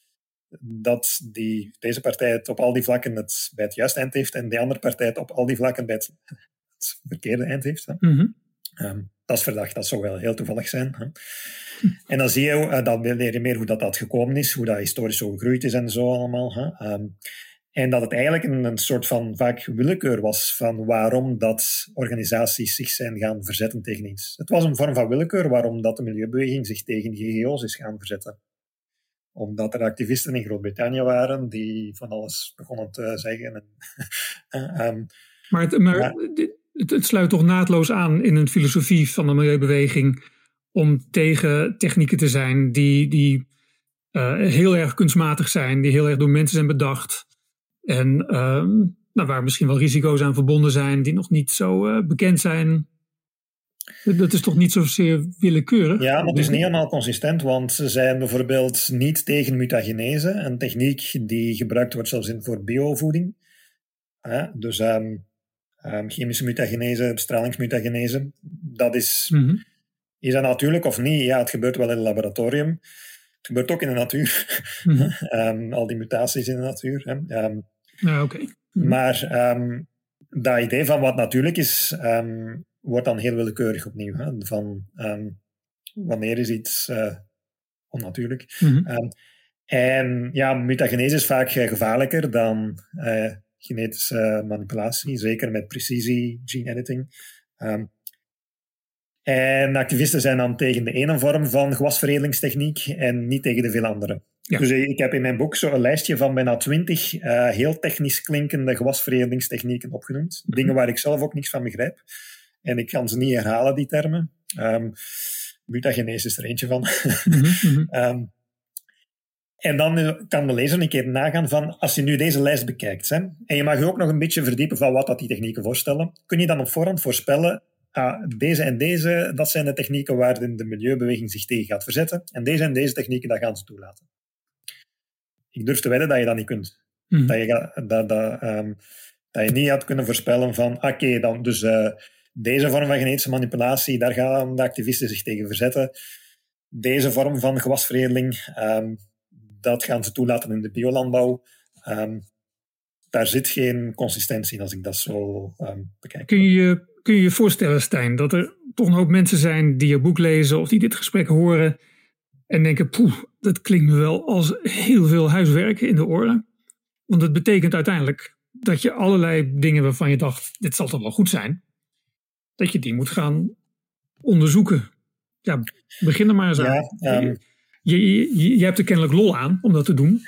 dat die, deze partij het op al die vlakken het bij het juiste eind heeft en die andere partij het op al die vlakken bij het, het verkeerde eind heeft. Hè. Mm-hmm. Um, dat is verdacht, dat zou wel heel toevallig zijn. Hè. En dan zie je, uh, dan leer je meer hoe dat, dat gekomen is, hoe dat historisch zo gegroeid is en zo allemaal. Hè. Um, en dat het eigenlijk een, een soort van vaak willekeur was van waarom dat organisaties zich zijn gaan verzetten tegen iets. Het was een vorm van willekeur waarom dat de milieubeweging zich tegen G G O's is gaan verzetten. Omdat er activisten in Groot-Brittannië waren die van alles begonnen te zeggen. En, um, maar het, maar ja. het, het sluit toch naadloos aan in een filosofie van de milieubeweging om tegen technieken te zijn die, die uh, heel erg kunstmatig zijn, die heel erg door mensen zijn bedacht. En uh, nou, waar misschien wel risico's aan verbonden zijn die nog niet zo uh, bekend zijn. Dat is toch niet zozeer willekeurig? Ja, maar het is niet helemaal consistent, want ze zijn bijvoorbeeld niet tegen mutagenese, een techniek die gebruikt wordt zelfs in voor biovoeding. Ja, dus um, um, chemische mutagenese, bestralingsmutagenese, dat is, mm-hmm. is dat natuurlijk of niet? Ja, het gebeurt wel in het laboratorium. Het gebeurt ook in de natuur. Mm-hmm. um, al die mutaties in de natuur. Hè. Um, ja, oké. Okay. Mm-hmm. Maar um, dat idee van wat natuurlijk is, um, wordt dan heel willekeurig opnieuw. Hè? Van um, wanneer is iets uh, onnatuurlijk. Mm-hmm. Um, en ja, mutagenese is vaak uh, gevaarlijker dan uh, genetische manipulatie, zeker met precisie gene editing. Um, en activisten zijn dan tegen de ene vorm van gewasveredelingstechniek en niet tegen de veel andere. Ja. Dus ik heb in mijn boek zo een lijstje van bijna twintig uh, heel technisch klinkende gewasveredelingstechnieken opgenoemd. Mm-hmm. Dingen waar ik zelf ook niks van begrijp. En ik kan ze niet herhalen, die termen. Um, mutagenese is er eentje van. Mm-hmm. um, en dan kan de lezer een keer nagaan van, als je nu deze lijst bekijkt, hè, en je mag je ook nog een beetje verdiepen van wat dat die technieken voorstellen, kun je dan op voorhand voorspellen, ah, deze en deze, dat zijn de technieken waar de milieubeweging zich tegen gaat verzetten, en deze en deze technieken, dat gaan ze toelaten. Ik durf te wedden dat je dat niet kunt. Mm-hmm. Dat, je, dat, dat, um, dat je niet had kunnen voorspellen van, oké, okay, dan dus... Uh, Deze vorm van genetische manipulatie, daar gaan de activisten zich tegen verzetten. Deze vorm van gewasveredeling, um, dat gaan ze toelaten in de biolandbouw. Um, daar zit geen consistentie in als ik dat zo um, bekijk. Kun je, kun je je voorstellen, Stijn, dat er toch een hoop mensen zijn die je boek lezen of die dit gesprek horen en denken, poeh, dat klinkt me wel als heel veel huiswerk in de oren. Want het betekent uiteindelijk dat je allerlei dingen waarvan je dacht, dit zal toch wel goed zijn, dat je die moet gaan onderzoeken. Ja, begin er maar eens aan. Ja, um... je, je, je hebt er kennelijk lol aan om dat te doen.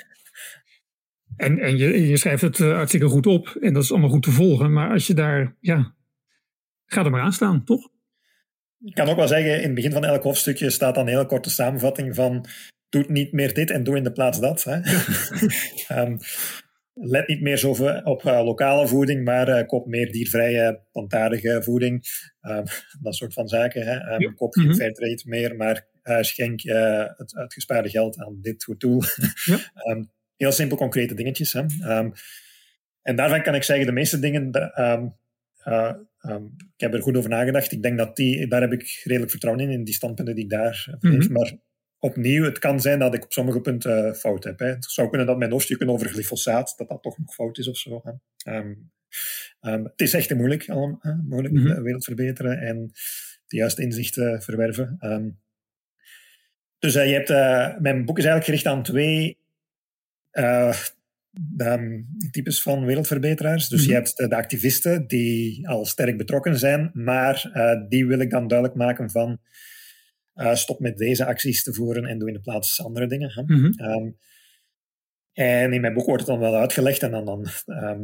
En, en je, je schrijft het uh, hartstikke goed op. En dat is allemaal goed te volgen. Maar als je daar, ja, ga er maar aan staan, toch? Ik kan ook wel zeggen, in het begin van elk hoofdstukje staat dan een heel korte samenvatting van, doe niet meer dit en doe in de plaats dat. Hè? um, Let niet meer zo op uh, lokale voeding, maar uh, koop meer diervrije, plantaardige voeding. Um, dat soort van zaken. Hè. Um, ja. Koop geen mm-hmm. fairtrade meer, maar uh, schenk uh, het uitgespaarde geld aan dit goed doel. Ja. um, heel simpel, concrete dingetjes. Hè. Um, en daarvan kan ik zeggen, de meeste dingen, de, um, uh, um, ik heb er goed over nagedacht. Ik denk dat die, daar heb ik redelijk vertrouwen in, in die standpunten die ik daar heb. Mm-hmm. Maar opnieuw, het kan zijn dat ik op sommige punten uh, fout heb. Hè. Het zou kunnen dat mijn hoofdstukken over glyfosaat, dat dat toch nog fout is of zo. Hè. Um, um, het is echt moeilijk, al, uh, moeilijk mm-hmm. de wereld verbeteren en de juiste inzichten verwerven. Um, dus uh, je hebt, uh, mijn boek is eigenlijk gericht aan twee uh, de, types van wereldverbeteraars. Dus mm-hmm. je hebt de, de activisten die al sterk betrokken zijn, maar uh, die wil ik dan duidelijk maken van Uh, stop met deze acties te voeren en doe in de plaats andere dingen. Hè? Mm-hmm. Um, en in mijn boek wordt het dan wel uitgelegd en dan, dan um,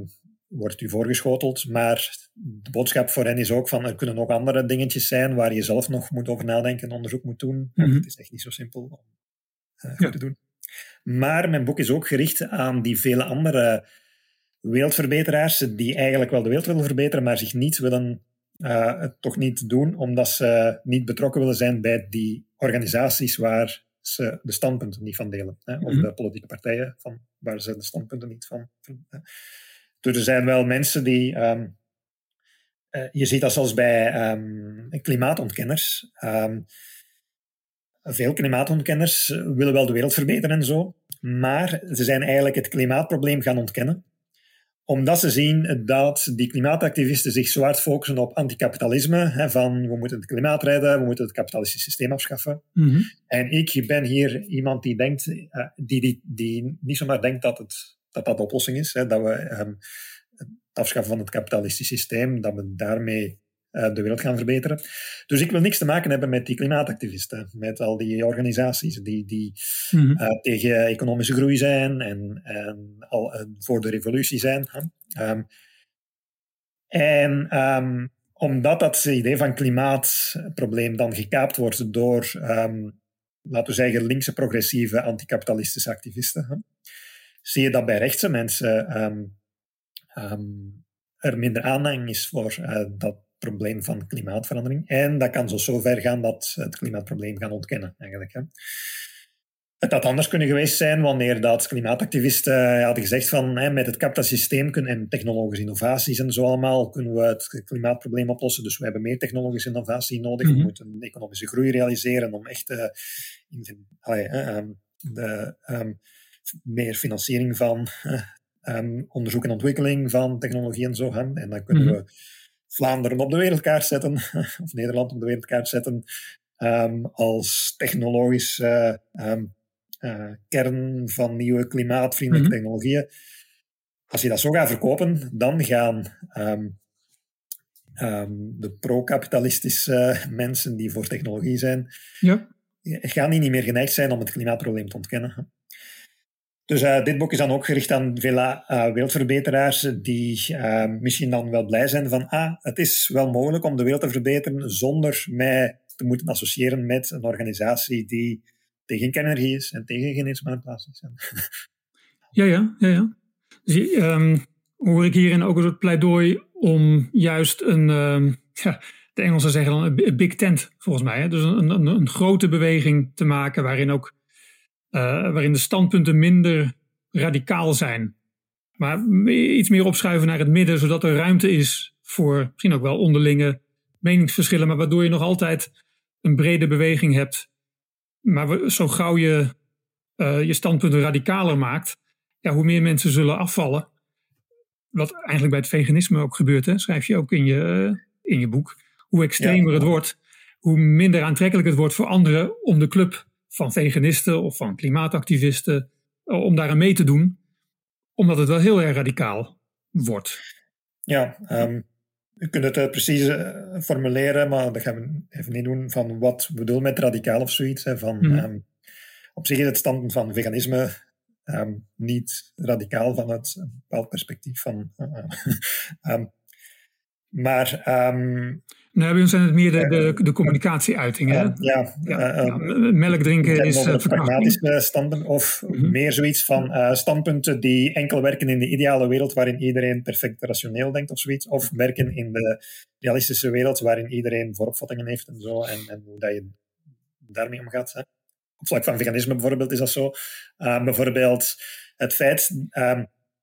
wordt u voorgeschoteld. Maar de boodschap voor hen is ook van, er kunnen ook andere dingetjes zijn waar je zelf nog moet over nadenken en onderzoek moet doen. Want Mhm. het is echt niet zo simpel om uh, goed Ja. te doen. Maar mijn boek is ook gericht aan die vele andere wereldverbeteraars die eigenlijk wel de wereld willen verbeteren, maar zich niet willen, uh, het toch niet doen, omdat ze niet betrokken willen zijn bij die organisaties waar ze de standpunten niet van delen. Hè, of Mhm. de politieke partijen van, waar ze de standpunten niet van. Hè. Dus er zijn wel mensen die... Um, uh, je ziet dat zelfs bij um, klimaatontkenners. Um, veel klimaatontkenners willen wel de wereld verbeteren en zo, maar ze zijn eigenlijk het klimaatprobleem gaan ontkennen, omdat ze zien dat die klimaatactivisten zich zo hard focussen op anticapitalisme, hè, van we moeten het klimaat redden, we moeten het kapitalistische systeem afschaffen. Mhm. En ik ben hier iemand die denkt, uh, die, die, die niet zomaar denkt dat het, dat, dat de oplossing is, hè, dat we um, het afschaffen van het kapitalistische systeem, dat we daarmee uh, de wereld gaan verbeteren. Dus ik wil niks te maken hebben met die klimaatactivisten, met al die organisaties die, die mm-hmm. uh, tegen economische groei zijn en, en al uh, voor de revolutie zijn. Hè. Um, en um, omdat dat idee van klimaatprobleem dan gekaapt wordt door, um, laten we zeggen, linkse progressieve anticapitalistische activisten, hè, zie je dat bij rechtse mensen um, um, er minder aanhang is voor uh, dat probleem van klimaatverandering. En dat kan zo, zo ver gaan dat ze het klimaatprobleem gaan ontkennen, eigenlijk. Hè. Het had anders kunnen geweest zijn wanneer dat klimaatactivisten hadden gezegd van hè, met het kapitalistische systeem kunnen, en technologische innovaties en zo allemaal kunnen we het klimaatprobleem oplossen. Dus we hebben meer technologische innovatie nodig. Mm-hmm. We moeten economische groei realiseren om echt uh, in, allee, uh, um, de, um, meer financiering van uh, um, onderzoek en ontwikkeling van technologie en zo. Hè. En dan kunnen mm-hmm. we Vlaanderen op de wereldkaart zetten, of Nederland op de wereldkaart zetten, um, als technologisch uh, um, uh, kern van nieuwe klimaatvriendelijke mm-hmm. technologieën. Als je dat zo gaat verkopen, dan gaan um, um, de pro-kapitalistische mensen die voor technologie zijn, ja. gaan die niet meer geneigd zijn om het klimaatprobleem te ontkennen. Dus uh, dit boek is dan ook gericht aan vele uh, wereldverbeteraars die uh, misschien dan wel blij zijn van ah, het is wel mogelijk om de wereld te verbeteren zonder mij te moeten associëren met een organisatie die tegen kernenergie is en tegen genetische manipulaties. Ja, ja, ja, ja. Dus um, hoor ik hierin ook een soort pleidooi om juist een, um, ja, de Engelsen zeggen dan een big tent volgens mij. Hè? Dus een, een, een grote beweging te maken waarin ook Uh, waarin de standpunten minder radicaal zijn. Maar iets meer opschuiven naar het midden, zodat er ruimte is voor misschien ook wel onderlinge meningsverschillen, maar waardoor je nog altijd een brede beweging hebt. Maar zo gauw je uh, je standpunten radicaler maakt, ja, hoe meer mensen zullen afvallen. Wat eigenlijk bij het veganisme ook gebeurt, hè? Schrijf je ook in je, uh, in je boek. Hoe extremer ja. het wordt, hoe minder aantrekkelijk het wordt voor anderen om de club van veganisten of van klimaatactivisten, om daar aan mee te doen, omdat het wel heel erg radicaal wordt. Ja, um, je kunt het uh, precies uh, formuleren, maar dat gaan we even niet doen, van wat we bedoelen met radicaal of zoiets. Hè, van, mm-hmm. um, op zich is het standpunt van veganisme um, niet radicaal van het een bepaald perspectief van... Uh, um, maar... Um, Nou, bij ons zijn het meer de, de, de communicatieuitingen. Uh, ja, ja, uh, uh, melk drinken is uh, pragmatische standpunt, of mm-hmm. meer zoiets van uh, standpunten die enkel werken in de ideale wereld waarin iedereen perfect rationeel denkt of zoiets, of werken in de realistische wereld waarin iedereen vooropvattingen heeft en zo, en, en hoe dat je daarmee omgaat. Hè. Op vlak van veganisme bijvoorbeeld is dat zo. Uh, bijvoorbeeld het feit, uh,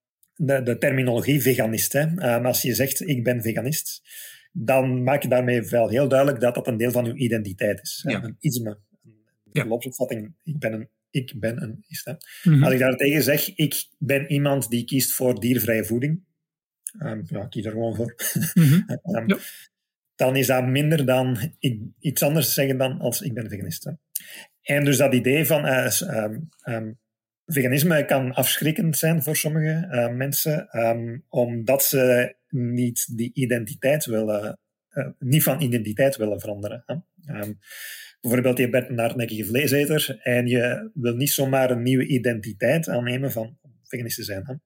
de, de terminologie veganist. Hè. Uh, als je zegt, ik ben veganist, dan maak je daarmee wel heel duidelijk dat dat een deel van uw identiteit is. Ja. Een isme, een ja. geloofsopvatting. Ik ben een, ik ben een is. Mm-hmm. Als ik daartegen zeg, ik ben iemand die kiest voor diervrije voeding, um, ja, ik kies er gewoon voor, mm-hmm. um, ja. dan is dat minder dan ik, iets anders zeggen dan als ik ben veganist. Hè. En dus dat idee van uh, um, um, veganisme kan afschrikkend zijn voor sommige uh, mensen, um, omdat ze niet die identiteit willen, uh, niet van identiteit willen veranderen. Hè. Um, bijvoorbeeld, je bent een hardnekkige vleeseter en je wil niet zomaar een nieuwe identiteit aannemen van veganist te zijn. Hè.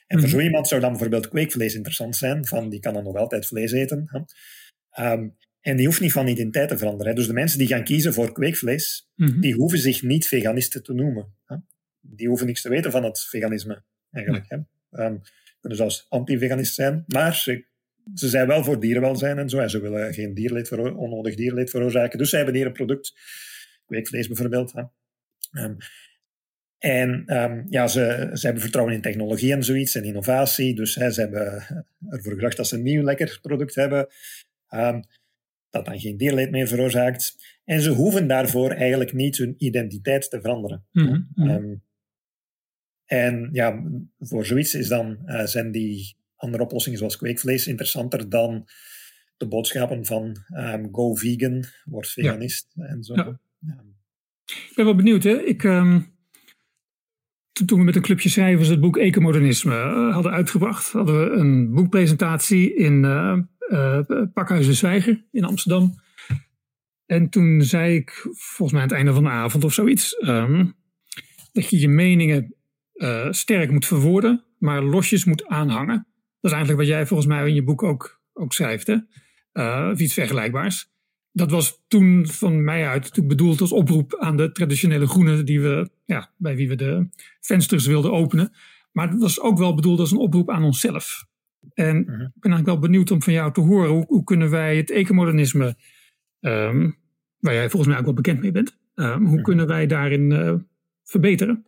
En voor zo iemand zou dan bijvoorbeeld kweekvlees interessant zijn, van die kan dan nog altijd vlees eten. Hè. Um, en die hoeft niet van identiteit te veranderen. Hè. Dus de mensen die gaan kiezen voor kweekvlees, mm-hmm. die hoeven zich niet veganisten te noemen. Hè. Die hoeven niks te weten van het veganisme, eigenlijk. Nee. Hè. Um, kunnen zelfs anti-veganist zijn, maar ze, ze zijn wel voor dierenwelzijn en zo. En ze willen geen dierleed vero- onnodig dierleed veroorzaken. Dus ze hebben hier een product, kweekvlees bijvoorbeeld. Hè. Um, en um, ja, ze, ze hebben vertrouwen in technologie en zoiets, en innovatie. Dus hè, ze hebben ervoor gezorgd dat ze een nieuw lekker product hebben, um, dat dan geen dierleed meer veroorzaakt. En ze hoeven daarvoor eigenlijk niet hun identiteit te veranderen. Mm-hmm. Um, en ja, voor zoiets is dan, uh, zijn die andere oplossingen zoals kweekvlees interessanter dan de boodschappen van um, go vegan, word veganist ja. en zo. Ja. Ja. Ik ben wel benieuwd, hè. Ik... Um... Toen we met een clubje schrijvers het boek Ecomodernisme hadden uitgebracht, hadden we een boekpresentatie in uh, uh, Pakhuis de Zwijger in Amsterdam. En toen zei ik, volgens mij aan het einde van de avond of zoiets, um, dat je je meningen uh, sterk moet verwoorden, maar losjes moet aanhangen. Dat is eigenlijk wat jij volgens mij in je boek ook, ook schrijft, hè? Uh, of iets vergelijkbaars. Dat was toen van mij uit natuurlijk bedoeld als oproep aan de traditionele groenen die we, ja, bij wie we de vensters wilden openen. Maar het was ook wel bedoeld als een oproep aan onszelf. En ik ben eigenlijk wel benieuwd om van jou te horen, hoe, hoe kunnen wij het ecomodernisme, um, waar jij volgens mij ook wel bekend mee bent, um, hoe kunnen wij daarin uh, verbeteren?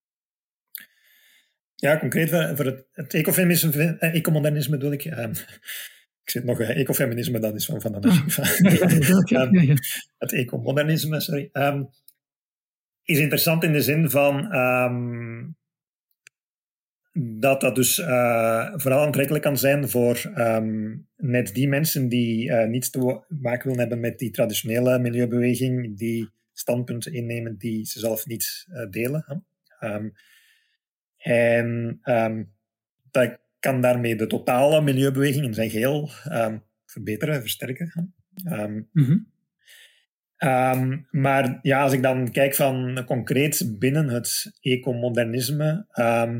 Ja, concreet voor het, het ecofeminisme, eh, ecomodernisme bedoel ik. Um, Ik zit nog uh, ecofeminisme, dat is van Van de um, Het ecomodernisme, sorry. Um, is interessant in de zin van um, dat dat dus uh, vooral aantrekkelijk kan zijn voor um, net die mensen die uh, niets te maken willen hebben met die traditionele milieubeweging, die standpunten innemen die ze zelf niet uh, delen. Hè. Um, en um, dat kan daarmee de totale milieubeweging in zijn geheel um, verbeteren, versterken. Um, mm-hmm. um, maar ja, als ik dan kijk van concreet binnen het ecomodernisme. Um,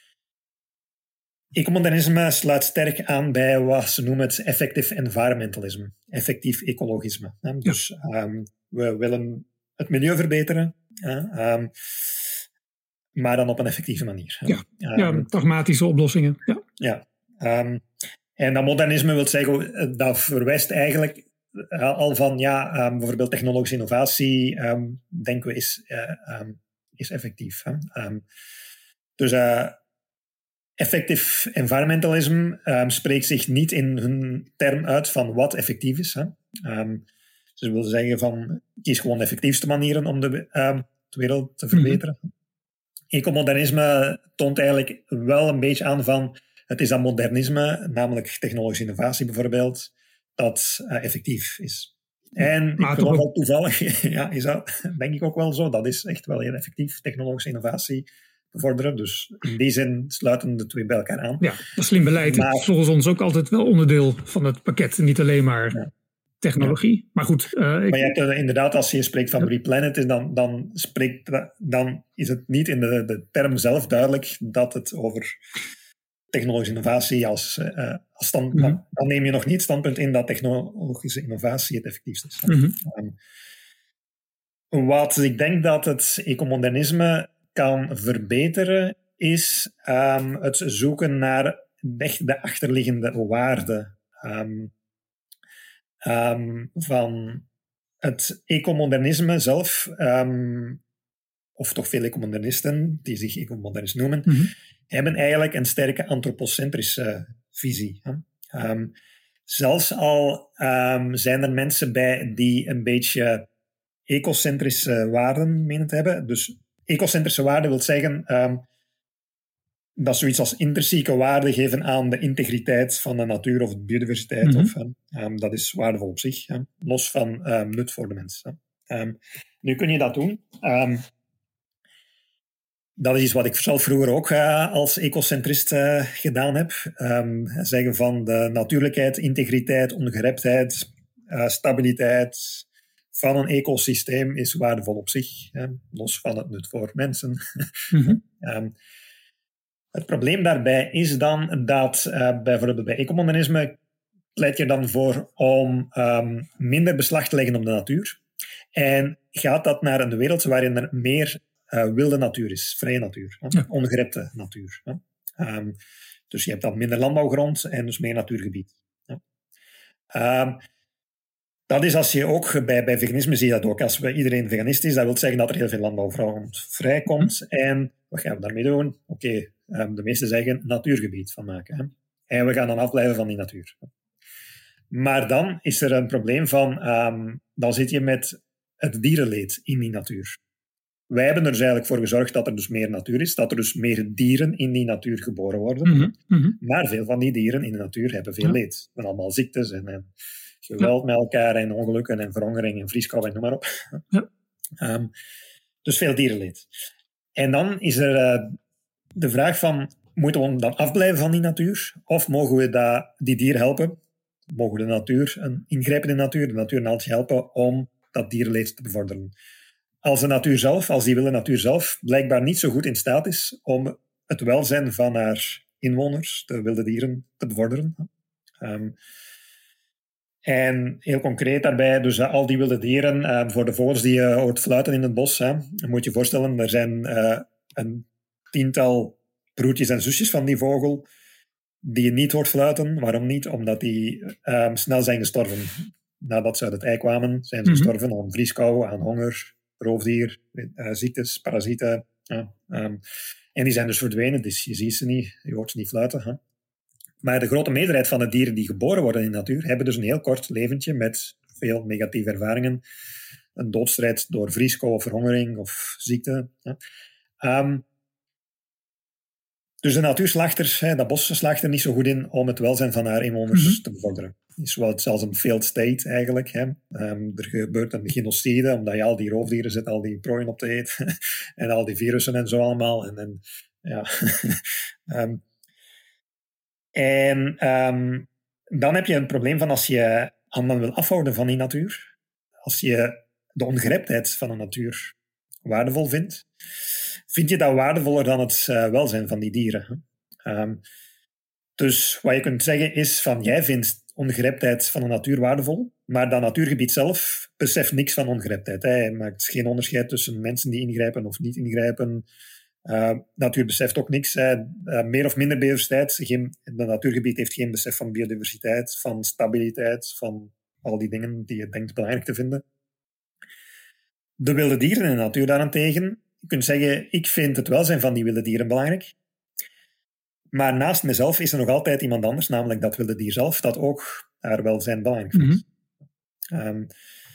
ecomodernisme sluit sterk aan bij wat ze noemen het effective environmentalism, effectief ecologisme. Hè? Dus um, we willen het milieu verbeteren. Hè? Um, Maar dan op een effectieve manier. Ja, um, ja pragmatische oplossingen. Ja. ja um, en dat modernisme wil zeggen, dat verwijst eigenlijk al van, ja, um, bijvoorbeeld technologische innovatie, um, denken we, is, uh, um, is effectief. Hè? Um, dus uh, effective environmentalism um, spreekt zich niet in hun term uit van wat effectief is. Hè? Um, ze willen zeggen van, kies gewoon de effectiefste manieren om de, um, de wereld te verbeteren. Mm-hmm. Ecomodernisme toont eigenlijk wel een beetje aan van, het is dat modernisme, namelijk technologische innovatie bijvoorbeeld, dat uh, effectief is. En maar ik geloof wel toevallig, ja, is dat denk ik ook wel zo, dat is echt wel heel effectief, technologische innovatie bevorderen. Dus in die zin sluiten de twee bij elkaar aan. Ja, dat slim beleid maar, is volgens ons ook altijd wel onderdeel van het pakket, niet alleen maar... Ja. Technologie. Ja. Maar goed. Uh, ik... Maar je hebt uh, inderdaad, als je spreekt van ja. Replanet, dan, dan, spreekt, dan is het niet in de, de term zelf duidelijk dat het over technologische innovatie als, uh, als stand, mm-hmm. dan, dan neem je nog niet standpunt in dat technologische innovatie het effectiefst is. Mm-hmm. Um, wat ik denk dat het ecomodernisme kan verbeteren, is um, het zoeken naar echt de achterliggende waarden. Um, Um, van het ecomodernisme zelf, um, of toch veel ecomodernisten die zich ecomodernist noemen, mm-hmm. hebben eigenlijk een sterke antropocentrische visie. Hè? Um, zelfs al um, zijn er mensen bij die een beetje ecocentrische waarden menen te hebben. Dus ecocentrische waarden wil zeggen um, dat zoiets als intrinsieke waarde geven aan de integriteit van de natuur of de biodiversiteit. Mm-hmm. Of, um, dat is waardevol op zich, um, los van um, nut voor de mens. Um, nu kun je dat doen. Um, dat is iets wat ik zelf vroeger ook uh, als ecocentrist uh, gedaan heb. Um, zeggen van de natuurlijkheid, integriteit, ongereptheid, uh, stabiliteit van een ecosysteem is waardevol op zich, um, los van het nut voor mensen. Mm-hmm. um, Het probleem daarbij is dan dat uh, bijvoorbeeld bij ecomodernisme pleit je dan voor om um, minder beslag te leggen op de natuur. En gaat dat naar een wereld waarin er meer uh, wilde natuur is, vrije natuur, hè? Ja. Ongerepte natuur. Hè? Um, dus je hebt dan minder landbouwgrond en dus meer natuurgebied. Hè? Um, dat is als je ook, bij, bij veganisme zie je dat ook, als we, iedereen veganist is, dat wil zeggen dat er heel veel landbouwgrond vrijkomt. En wat gaan we daarmee doen? Oké, okay, um, de meesten zeggen natuurgebied van maken. Hè? En we gaan dan afblijven van die natuur. Maar dan is er een probleem van, um, dan zit je met het dierenleed in die natuur. Wij hebben er dus eigenlijk voor gezorgd dat er dus meer natuur is, dat er dus meer dieren in die natuur geboren worden. Mm-hmm. Mm-hmm. Maar veel van die dieren in de natuur hebben veel ja. leed. Met allemaal ziektes en, en geweld ja. met elkaar en ongelukken en verhongering en vrieskou en noem maar op. Ja. Um, dus veel dierenleed. En dan is er uh, de vraag van, moeten we dan afblijven van die natuur? Of mogen we dat, die dieren helpen? Mogen we de natuur, een ingrijpen in de natuur, de natuur een handje helpen om dat dierenleed te bevorderen? Als de natuur zelf, als die wilde natuur zelf, blijkbaar niet zo goed in staat is om het welzijn van haar inwoners, de wilde dieren, te bevorderen. Um, en heel concreet daarbij, dus uh, al die wilde dieren, uh, voor de vogels die je uh, hoort fluiten in het bos, hè, dan moet je je voorstellen, er zijn uh, een tiental broertjes en zusjes van die vogel die je niet hoort fluiten. Waarom niet? Omdat die um, snel zijn gestorven. Nadat ze uit het ei kwamen, zijn ze mm-hmm. gestorven aan vrieskou, aan honger, roofdier, uh, ziektes, parasieten. Uh, um, en die zijn dus verdwenen, dus je ziet ze niet, je hoort ze niet fluiten. Huh? Maar de grote meerderheid van de dieren die geboren worden in de natuur, hebben dus een heel kort leventje met veel negatieve ervaringen. Een doodstrijd door vrieskou of verhongering of ziekte. Huh? Um, Dus de natuur slaagt er, dat bos slaagt er niet zo goed in om het welzijn van haar inwoners mm-hmm. te bevorderen. Het is wel zelfs een failed state eigenlijk. Hè. Um, er gebeurt een genocide, omdat je al die roofdieren zit, al die prooien op te eten. En al die virussen en zo allemaal. En, en, ja. um, en um, dan heb je een probleem van als je handen wil afhouden van die natuur. Als je de ongereptheid van de natuur waardevol vindt. Vind je dat waardevoller dan het uh, welzijn van die dieren? Um, dus wat je kunt zeggen is van, jij vindt ongereptheid van de natuur waardevol, maar dat natuurgebied zelf beseft niks van ongereptheid. Hij maakt geen onderscheid tussen mensen die ingrijpen of niet ingrijpen. Uh, natuur beseft ook niks. Uh, meer of minder biodiversiteit. Geen, het natuurgebied heeft geen besef van biodiversiteit, van stabiliteit, van al die dingen die je denkt belangrijk te vinden. De wilde dieren in de natuur daarentegen, je kunt zeggen, ik vind het welzijn van die wilde dieren belangrijk. Maar naast mezelf is er nog altijd iemand anders, namelijk dat wilde dier zelf, dat ook haar welzijn belangrijk vindt. Mm-hmm. Um,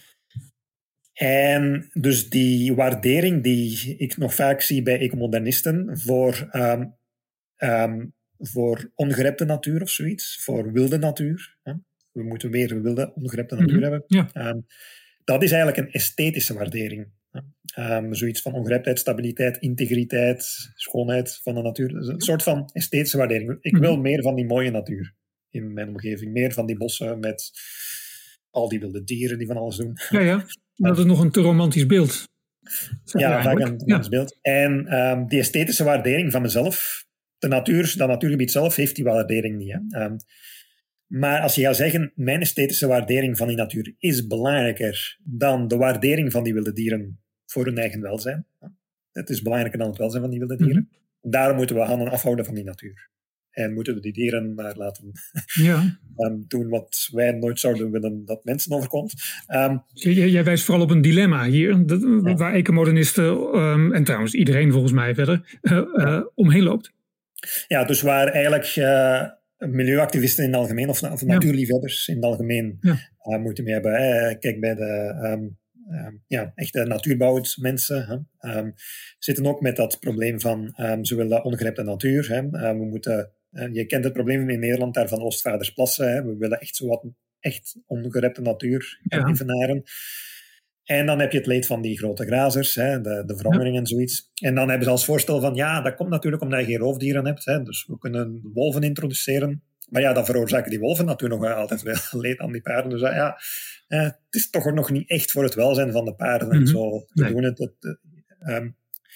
en dus die waardering die ik nog vaak zie bij ecomodernisten voor, um, um, voor ongerepte natuur of zoiets, voor wilde natuur. Hè? We moeten weer wilde, ongerepte natuur mm-hmm. hebben. Ja. Um, dat is eigenlijk een esthetische waardering. Um, zoiets van ongereptheid, stabiliteit, integriteit, schoonheid van de natuur. Dus een soort van esthetische waardering. Ik wil meer van die mooie natuur in mijn omgeving. Meer van die bossen met al die wilde dieren die van alles doen. Ja, ja. Dat is nog een te romantisch beeld. Ja, vaak een romantisch ja. beeld. En um, die esthetische waardering van mezelf, de natuur, dat natuurgebied zelf heeft die waardering niet. Hè. Um, Maar als je gaat zeggen, mijn esthetische waardering van die natuur is belangrijker dan de waardering van die wilde dieren voor hun eigen welzijn. Het is belangrijker dan het welzijn van die wilde dieren. Mm-hmm. Daarom moeten we handen afhouden van die natuur. En moeten we die dieren maar laten ja. um, doen wat wij nooit zouden willen dat mensen overkomt. Um, jij, jij wijst vooral op een dilemma hier, dat, ja. waar ecomodernisten, um, en trouwens iedereen volgens mij verder, uh, uh, ja. omheen loopt. Ja, dus waar eigenlijk... Uh, milieuactivisten in het algemeen, of, of natuurliefhebbers in het algemeen, ja. uh, moeten mee hebben. Hè. Kijk, bij de um, um, ja, echte natuurbouwmensen hè. Um, zitten ook met dat probleem van um, ze willen ongerepte natuur. Hè. Uh, we moeten, uh, je kent het probleem in Nederland daar van Oostvaardersplassen. Hè. We willen echt zo wat echt ongerepte natuur ja. evenaren. En dan heb je het leed van die grote grazers, hè, de, de verhongering ja. en zoiets. En dan hebben ze als voorstel van, ja, dat komt natuurlijk omdat je geen roofdieren hebt. Hè, dus we kunnen wolven introduceren. Maar ja, dan veroorzaken die wolven natuurlijk nog altijd wel leed aan die paarden. Dus ja, eh, het is toch nog niet echt voor het welzijn van de paarden. Mm-hmm. En zo te nee. doen het. het um,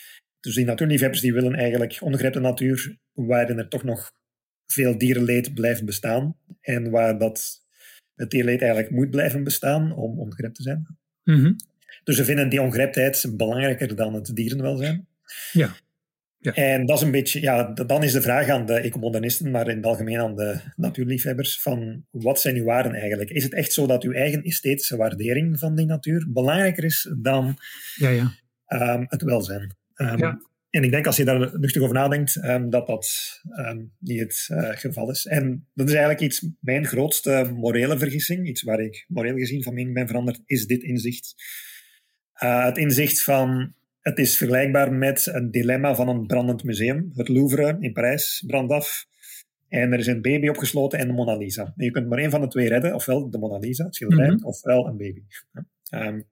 Dus die natuurliefhebbers die willen eigenlijk ongegrepte natuur waarin er toch nog veel dierenleed blijft bestaan en waar dat het dierleed eigenlijk moet blijven bestaan om ongerept te zijn. Mm-hmm. Dus ze vinden die ongereptheid belangrijker dan het dierenwelzijn. Ja. Ja. En dat is een beetje, ja, dan is de vraag aan de ecomodernisten, maar in het algemeen aan de natuurliefhebbers, van wat zijn uw waarden eigenlijk? Is het echt zo dat uw eigen esthetische waardering van die natuur belangrijker is dan ja, ja. Um, het welzijn? Um, ja. En ik denk, als je daar nuchter over nadenkt, um, dat dat um, niet het uh, geval is. En dat is eigenlijk iets, mijn grootste morele vergissing, iets waar ik moreel gezien van mening ben veranderd, is dit inzicht. Uh, het inzicht van, het is vergelijkbaar met een dilemma van een brandend museum. Het Louvre in Parijs brandt af. En er is een baby opgesloten en de Mona Lisa. En je kunt maar één van de twee redden, ofwel de Mona Lisa, het schilderij, mm-hmm. ofwel een baby. Um,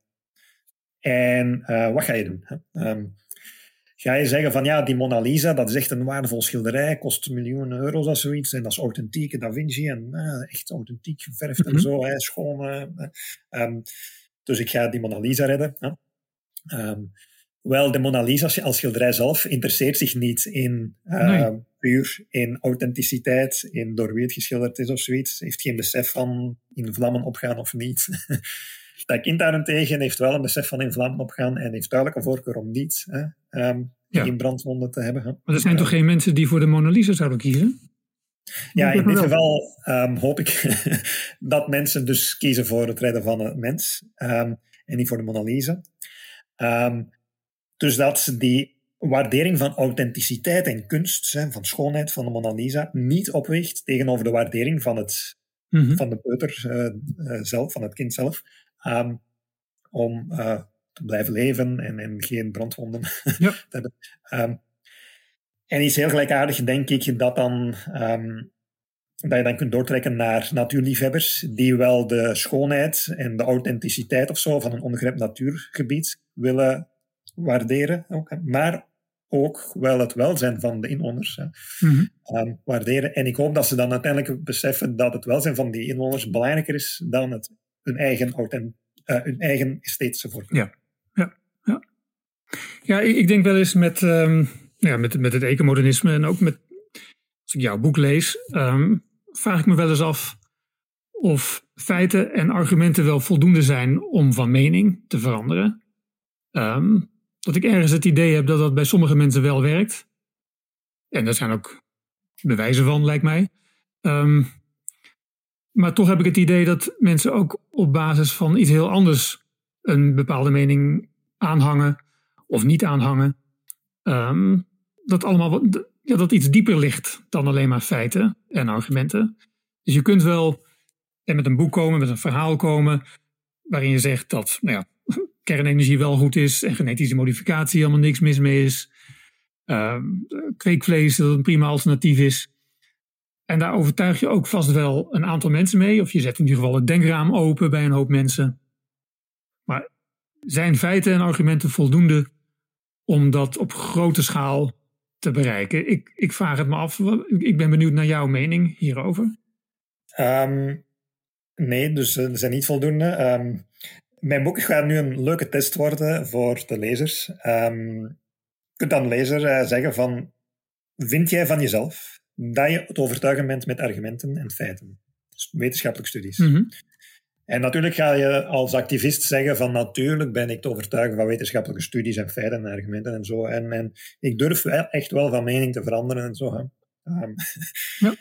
en uh, wat ga je doen? Um, Ga je zeggen van ja, die Mona Lisa, dat is echt een waardevol schilderij, kost miljoenen euro's of zoiets, en dat is authentieke Da Vinci, en uh, echt authentiek geverfd mm-hmm. en zo, hè, schoon. Uh, um, dus ik ga die Mona Lisa redden. Huh? Um, wel, de Mona Lisa als schilderij zelf interesseert zich niet in uh, nee. puur in authenticiteit, in door wie het geschilderd is of zoiets. Heeft geen besef van in vlammen opgaan of niet. Dat kind daarentegen heeft wel een besef van in vlammen opgaan en heeft duidelijk een voorkeur om niet hè, um, ja. geen brandwonden te hebben. Hè. Maar er zijn uh, toch geen mensen die voor de Mona Lisa zouden kiezen? Ja, in dit geval um, hoop ik dat mensen dus kiezen voor het redden van een mens um, en niet voor de Mona Lisa. Um, dus dat die waardering van authenticiteit en kunst, hè, van schoonheid van de Mona Lisa, niet opweegt tegenover de waardering van, het, mm-hmm. van de peuter uh, uh, zelf, van het kind zelf. Um, om uh, te blijven leven en, en geen brandwonden ja. te hebben. Um, en iets heel gelijkaardig, denk ik, dat, dan, um, dat je dan kunt doortrekken naar natuurliefhebbers, die wel de schoonheid en de authenticiteit of zo van een ongerept natuurgebied willen waarderen, ook, maar ook wel het welzijn van de inwoners mm-hmm. um, waarderen. En ik hoop dat ze dan uiteindelijk beseffen dat het welzijn van die inwoners belangrijker is dan het hun eigen, authent, uh, hun eigen esthetische voorkeur. Ja, ja, ja. ja ik, ik denk wel eens met, um, ja, met, met het ecomodernisme en ook met, als ik jouw boek lees, um, vraag ik me wel eens af of feiten en argumenten wel voldoende zijn om van mening te veranderen. Um, dat ik ergens het idee heb dat dat bij sommige mensen wel werkt. En daar zijn ook bewijzen van, lijkt mij. Um, Maar toch heb ik het idee dat mensen ook op basis van iets heel anders een bepaalde mening aanhangen of niet aanhangen. Um, dat allemaal wat, ja, dat iets dieper ligt dan alleen maar feiten en argumenten. Dus je kunt wel met een boek komen, met een verhaal komen, waarin je zegt dat nou ja, kernenergie wel goed is en genetische modificatie helemaal niks mis mee is. Um, kweekvlees dat een prima alternatief is. En daar overtuig je ook vast wel een aantal mensen mee. Of je zet in ieder geval het denkraam open bij een hoop mensen. Maar zijn feiten en argumenten voldoende om dat op grote schaal te bereiken? Ik, ik vraag het me af. Ik ben benieuwd naar jouw mening hierover. Um, nee, dus ze zijn niet voldoende. Um, mijn boek gaat nu een leuke test worden voor de lezers. Um, je kunt aan de lezer uh, zeggen van, vind jij van jezelf dat je het overtuigen bent met argumenten en feiten? Dus wetenschappelijke studies. Mm-hmm. En natuurlijk ga je als activist zeggen van natuurlijk ben ik te overtuigen van wetenschappelijke studies en feiten en argumenten en zo. En, en ik durf echt wel van mening te veranderen en zo. Hè. Um, ja.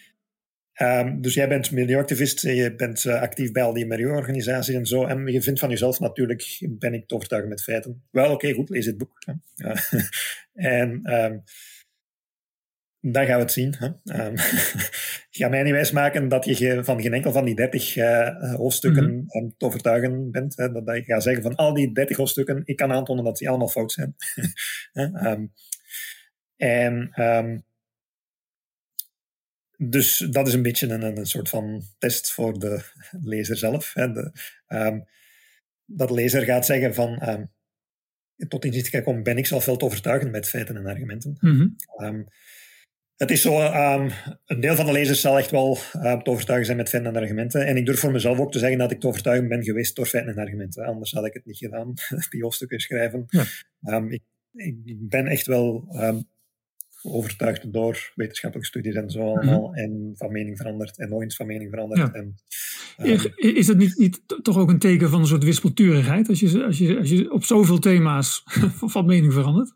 Um, dus jij bent milieuactivist, je bent uh, actief bij al die milieuorganisaties en zo. En je vindt van jezelf natuurlijk, ben ik te overtuigen met feiten. Wel, oké, okay, goed, lees dit boek. Hè. Uh, en um, dan gaan we het zien. Hè. Um, ga mij niet wijsmaken dat je van geen enkel van die dertig uh, hoofdstukken mm-hmm. te overtuigen bent. Hè. Dat je gaat zeggen van al die dertig hoofdstukken, ik kan aantonen dat die allemaal fout zijn. um, en... Um, Dus dat is een beetje een, een soort van test voor de lezer zelf. Hè. De, um, dat de lezer gaat zeggen van... Um, tot inzicht kan komen, ben ik zelf wel te overtuigen met feiten en argumenten. Mm-hmm. Um, het is zo, um, een deel van de lezers zal echt wel uh, te overtuigen zijn met feiten en argumenten. En ik durf voor mezelf ook te zeggen dat ik te overtuigen ben geweest door feiten en argumenten. Anders had ik het niet gedaan, die hoofdstukken schrijven. Ja. Um, ik ik ben echt wel um, overtuigd door wetenschappelijke studies en zo allemaal, mm-hmm. en van mening veranderd en nog eens van mening veranderd. Ja. En, um, is het niet, niet toch ook een teken van een soort wispelturigheid als je, als je, als je op zoveel thema's van mening verandert?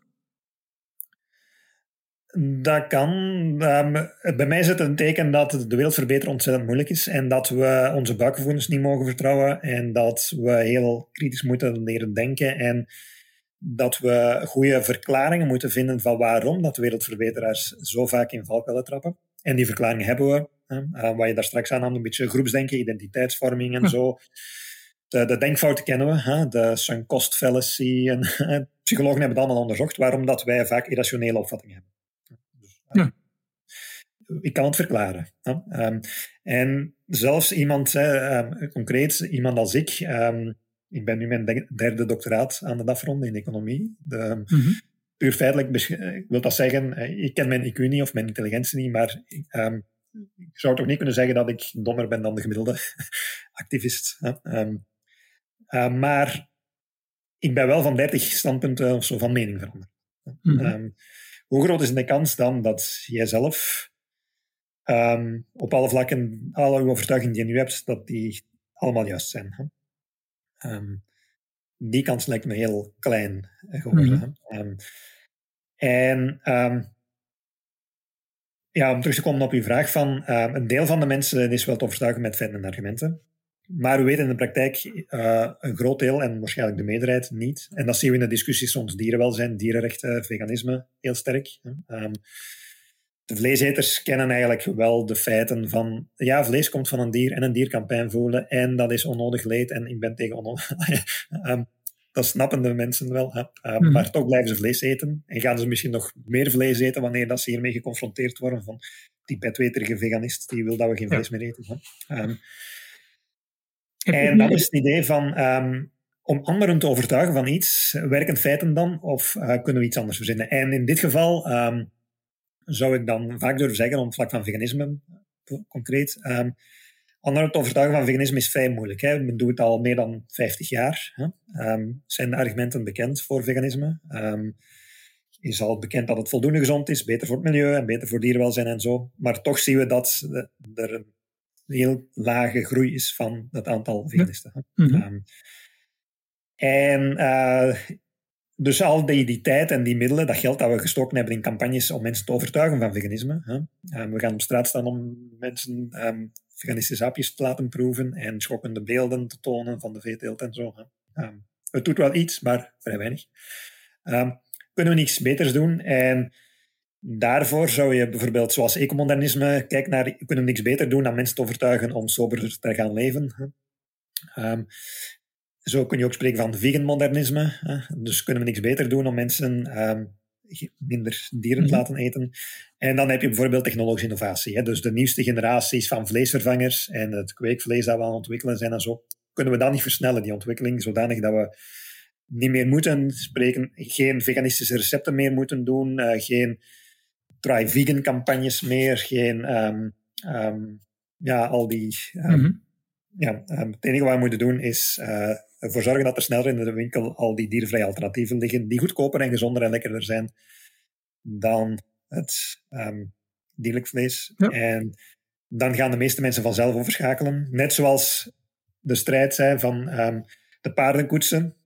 Dat kan. Um, bij mij is het een teken dat de wereld verbeteren ontzettend moeilijk is en dat we onze buikgevoelens niet mogen vertrouwen en dat we heel kritisch moeten leren denken en dat we goede verklaringen moeten vinden van waarom dat wereldverbeteraars zo vaak in valkuilen trappen. En die verklaringen hebben we. Hè, uh, wat je daar straks aan had, een beetje groepsdenken, identiteitsvorming en ja. zo. De, de denkfouten kennen we, hè, de sunk cost fallacy. En, uh, psychologen hebben het allemaal onderzocht, waarom dat wij vaak irrationele opvattingen hebben. Dus, uh, ja. Ik kan het verklaren. Hè. Um, en zelfs iemand, hè, um, concreet, iemand als ik... Um, Ik ben nu mijn derde doctoraat aan het afronden in economie. De, mm-hmm. Puur feitelijk, besch- ik wil dat zeggen, ik ken mijn I Q niet of mijn intelligentie niet, maar ik, um, ik zou toch niet kunnen zeggen dat ik dommer ben dan de gemiddelde activist. Hè? Um, uh, maar ik ben wel van dertig standpunten of zo van mening veranderd. Mm-hmm. Um, hoe groot is de kans dan dat jij zelf um, op alle vlakken, alle uw overtuigingen die je nu hebt, dat die allemaal juist zijn? Hè? Um, die kans lijkt me heel klein geworden. Mm-hmm. Um, en um, ja, om terug te komen op uw vraag van um, een deel van de mensen is wel te overtuigen met feiten en argumenten. Maar we weten in de praktijk uh, een groot deel en waarschijnlijk de meerderheid niet. En dat zien we in de discussies rond dierenwelzijn, dierenrechten, veganisme heel sterk. Um, De vleeseters kennen eigenlijk wel de feiten van... Ja, vlees komt van een dier en een dier kan pijn voelen en dat is onnodig leed en ik ben tegen onnodig... um, dat snappen de mensen wel. Hè? Uh, mm-hmm. Maar toch blijven ze vlees eten en gaan ze misschien nog meer vlees eten wanneer dat ze hiermee geconfronteerd worden van die bedweterige veganist die wil dat we geen vlees ja. meer eten. Hè? Um, en dat is het idee van... Um, om anderen te overtuigen van iets, werken feiten dan of uh, kunnen we iets anders verzinnen? En in dit geval... Um, zou ik dan vaak durven zeggen, op het vlak van veganisme, concreet. Um, anderen te overtuigen van veganisme is vrij moeilijk. Hè. Men doet het al meer dan vijftig jaar. Hè. Um, zijn de argumenten bekend voor veganisme? Um, is al bekend dat het voldoende gezond is, beter voor het milieu en beter voor dierenwelzijn en zo. Maar toch zien we dat er een heel lage groei is van het aantal veganisten. Hè. Mm-hmm. Um, en... Uh, Dus al die, die tijd en die middelen, dat geld dat we gestoken hebben in campagnes om mensen te overtuigen van veganisme. Hè. Um, we gaan op straat staan om mensen um, veganistische hapjes te laten proeven en schokkende beelden te tonen van de veeteelt en zo. Hè. Um, het doet wel iets, maar vrij weinig. Um, kunnen we niets beters doen? En daarvoor zou je bijvoorbeeld, zoals ecomodernisme, kijk naar, kunnen we niks beter doen dan mensen te overtuigen om soberder te gaan leven. Hè. Um, Zo kun je ook spreken van vegan modernisme. Hè? Dus kunnen we niks beter doen om mensen um, minder dieren te laten eten. En dan heb je bijvoorbeeld technologische innovatie. Hè? Dus de nieuwste generaties van vleesvervangers en het kweekvlees dat we aan het ontwikkelen zijn en zo. Kunnen we dat niet versnellen, die ontwikkeling, zodanig dat we niet meer moeten spreken, geen veganistische recepten meer moeten doen, uh, geen try vegan campagnes meer, geen um, um, ja, al die... Um, mm-hmm. Ja, um, het enige wat we moeten doen is uh, ervoor zorgen dat er sneller in de winkel al die diervrije alternatieven liggen, die goedkoper en gezonder en lekkerder zijn dan het um, dierlijk vlees. Ja. En dan gaan de meeste mensen vanzelf overschakelen. Net zoals de strijd zei van um, de paardenkoetsen.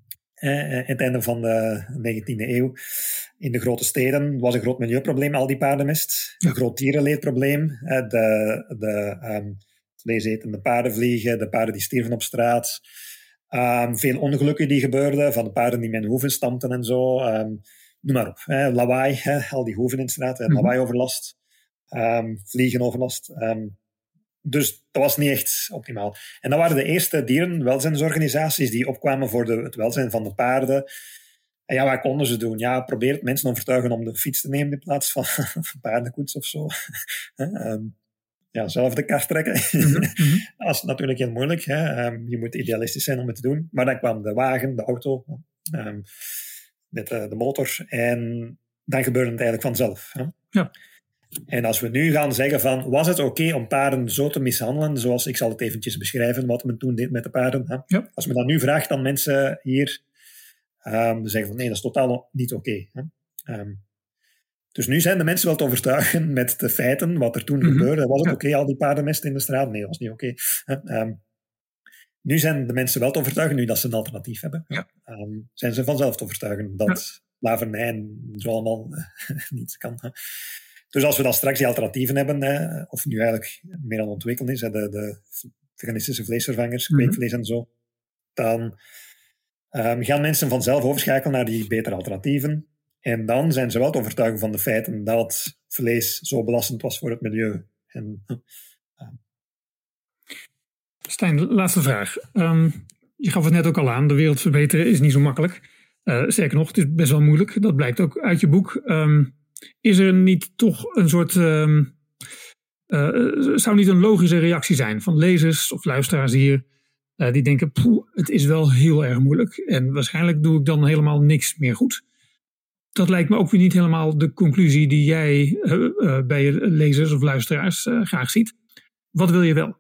Eh, het einde van de negentiende eeuw. In de grote steden was een groot milieuprobleem, al die paardenmest. Ja. Een groot dierenleedprobleem. Eh, de... de um, vleesetende paardenvliegen, de paarden die stierven op straat. Um, veel ongelukken die gebeurden, van de paarden die met hoeven stampten en zo. Um, noem maar op. Hè. Lawaai, hè. Al die hoeven in de straat, mm-hmm. lawaai-overlast, um, vliegenoverlast. Um, dus dat was niet echt optimaal. En dat waren de eerste dierenwelzijnsorganisaties die opkwamen voor de, het welzijn van de paarden. En ja, wat konden ze doen? Ja, probeer het mensen overtuigen om de fiets te nemen in plaats van een paardenkoets of zo. um, Ja, zelf de kar trekken. Mm-hmm. Dat is natuurlijk heel moeilijk. Hè. Um, je moet idealistisch zijn om het te doen. Maar dan kwam de wagen, de auto, um, met uh, de motor. En dan gebeurde het eigenlijk vanzelf. Hè. Ja. En als we nu gaan zeggen van, was het oké okay om paarden zo te mishandelen, zoals ik zal het eventjes beschrijven, wat men toen deed met de paarden. Hè. Ja. Als men dat nu vraagt aan mensen hier Um, zeggen van nee, dat is totaal niet oké. Okay, um, dus nu zijn de mensen wel te overtuigen met de feiten, wat er toen mm-hmm. gebeurde. Was het ja. oké, okay, al die paardenmest in de straat? Nee, dat was niet oké. Okay. Um, nu zijn de mensen wel te overtuigen, nu dat ze een alternatief hebben. Ja. Um, zijn ze vanzelf te overtuigen dat ja. slavernij en zo allemaal niet kan. Hè. Dus als we dan straks die alternatieven hebben, hè, of nu eigenlijk meer aan het ontwikkelen is, hè, de, de veganistische vleesvervangers, mm-hmm. kweekvlees en zo, dan um, gaan mensen vanzelf overschakelen naar die betere alternatieven. En dan zijn ze wel te overtuigen van de feiten dat vlees zo belastend was voor het milieu. En, uh, Stijn, laatste vraag. Um, je gaf het net ook al aan, de wereld verbeteren is niet zo makkelijk. Uh, sterker nog, het is best wel moeilijk. Dat blijkt ook uit je boek. Um, is er niet toch een soort... Um, uh, zou niet een logische reactie zijn van lezers of luisteraars hier... Uh, die denken, poeh, het is wel heel erg moeilijk. En waarschijnlijk doe ik dan helemaal niks meer goed. Dat lijkt me ook weer niet helemaal de conclusie die jij uh, uh, bij je lezers of luisteraars uh, graag ziet. Wat wil je wel?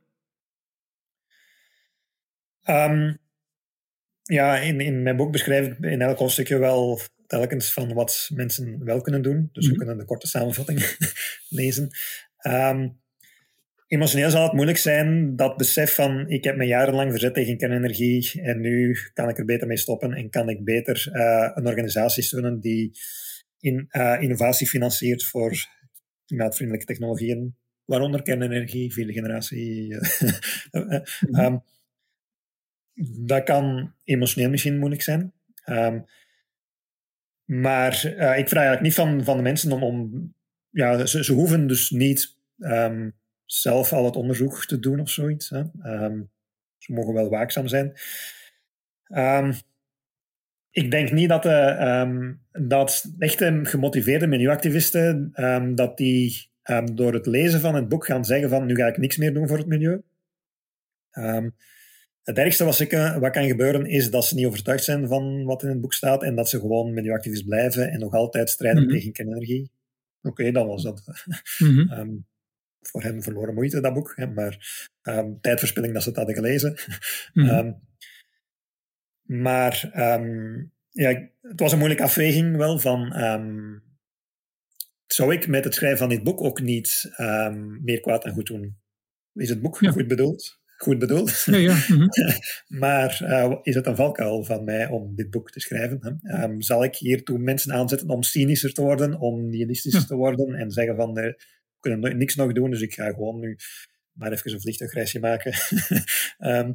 Um, ja, in, in mijn boek beschrijf ik in elk hoofdstukje wel telkens van wat mensen wel kunnen doen. Dus mm-hmm. we kunnen de korte samenvatting lezen. Um, Emotioneel zal het moeilijk zijn, dat besef van ik heb me jarenlang verzet tegen kernenergie en nu kan ik er beter mee stoppen en kan ik beter uh, een organisatie steunen die in, uh, innovatie financiert voor klimaatvriendelijke technologieën, waaronder kernenergie, vierde generatie. um, dat kan emotioneel misschien moeilijk zijn. Um, maar uh, ik vraag eigenlijk niet van, van de mensen om... om ja, ze, ze hoeven dus niet... Um, zelf al het onderzoek te doen of zoiets. Hè. Um, ze mogen wel waakzaam zijn. Um, ik denk niet dat, de, um, dat echte gemotiveerde milieuactivisten um, dat die um, door het lezen van het boek gaan zeggen van nu ga ik niks meer doen voor het milieu. Um, het ergste wat, ik, wat kan gebeuren is dat ze niet overtuigd zijn van wat in het boek staat en dat ze gewoon milieuactivist blijven en nog altijd strijden mm-hmm. tegen kernenergie. Oké, okay, dan was dat... Mm-hmm. um, voor hen verloren moeite, dat boek. Hè, maar um, tijdverspilling dat ze het hadden gelezen. Mm-hmm. um, maar um, ja, het was een moeilijke afweging wel van... Um, zou ik met het schrijven van dit boek ook niet um, meer kwaad en goed doen? Is het boek ja. goed bedoeld? Goed bedoeld. Ja, ja. Mm-hmm. maar uh, is het een valkuil van mij om dit boek te schrijven? Hè? Um, zal ik hiertoe mensen aanzetten om cynischer te worden, om nihilistischer ja. te worden en zeggen van... Uh, we kunnen niks nog doen, dus ik ga gewoon nu maar even een vliegtuigreisje maken. um,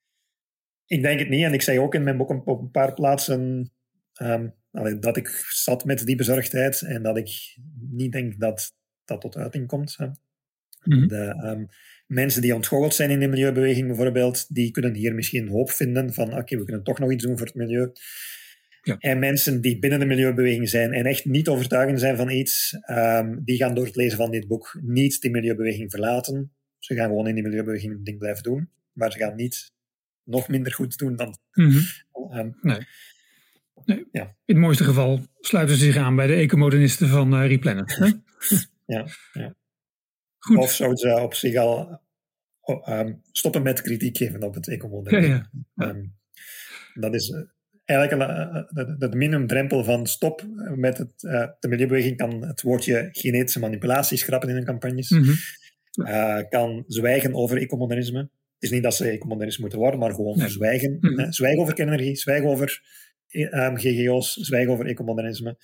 ik denk het niet, en ik zeg ook in mijn boek op een paar plaatsen um, dat ik zat met die bezorgdheid en dat ik niet denk dat dat tot uiting komt. Hè. Mm-hmm. De um, mensen die ontgoocheld zijn in de milieubeweging bijvoorbeeld, die kunnen hier misschien hoop vinden van oké, okay, we kunnen toch nog iets doen voor het milieu. Ja. En mensen die binnen de milieubeweging zijn en echt niet overtuigend zijn van iets, um, die gaan door het lezen van dit boek niet die milieubeweging verlaten. Ze gaan gewoon in die milieubeweging een ding blijven doen, maar ze gaan niet nog minder goed doen dan... Mm-hmm. Um, nee. nee. Ja. In het mooiste geval sluiten ze zich aan bij de ecomodernisten van uh, Replanet. Hè? ja, ja. Goed. Of zouden ze op zich al oh, um, stoppen met kritiek geven op het ecomodernisme. Ja, ja. Ja. Um, dat is... Uh, Eigenlijk een, de, de minimumdrempel van stop met het, uh, de milieubeweging kan het woordje genetische manipulatie schrappen in hun campagnes. Mm-hmm. Uh, kan zwijgen over ecomodernisme. Het is niet dat ze ecomodernisch moeten worden, maar gewoon nee. zwijgen. Mm-hmm. Uh, zwijgen over kernenergie, zwijgen over um, G G O's, zwijgen over ecomodernisme.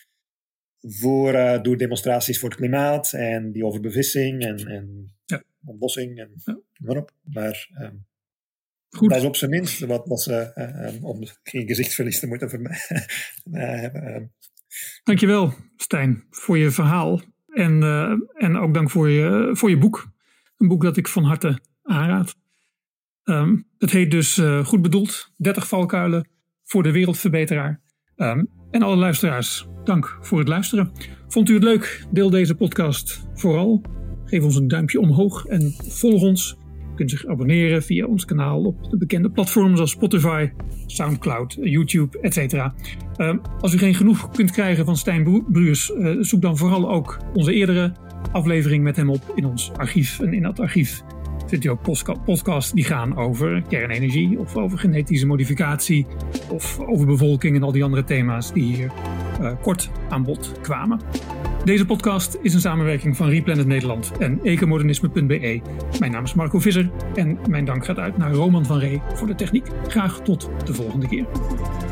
Voor, uh, door demonstraties voor het klimaat en die over bevissing en, en ja. ontbossing en ja. waarop. Maar... Um, Goed. Dat is op zijn minst wat, wat ze, uh, om geen gezichtsverlies te moeten voor mij hebben. Uh, Dankjewel, Stijn, voor je verhaal. En, uh, en ook dank voor je, voor je boek. Een boek dat ik van harte aanraad. Um, het heet dus uh, Goed Bedoeld, dertig valkuilen voor de wereldverbeteraar. Um, en alle luisteraars, dank voor het luisteren. Vond u het leuk? Deel deze podcast vooral. Geef ons een duimpje omhoog en volg ons. U kunt zich abonneren via ons kanaal op de bekende platforms als Spotify, Soundcloud, YouTube, et cetera. Uh, als u geen genoeg kunt krijgen van Stijn Bruurs, uh, zoek dan vooral ook onze eerdere aflevering met hem op in ons archief. En in dat archief vindt u ook podcasts die gaan over kernenergie of over genetische modificatie of over bevolking en al die andere thema's die hier uh, kort aan bod kwamen. Deze podcast is een samenwerking van Replanet Nederland en ecomodernisme punt b e. Mijn naam is Marco Visser en mijn dank gaat uit naar Roman van Ree voor de techniek. Graag tot de volgende keer.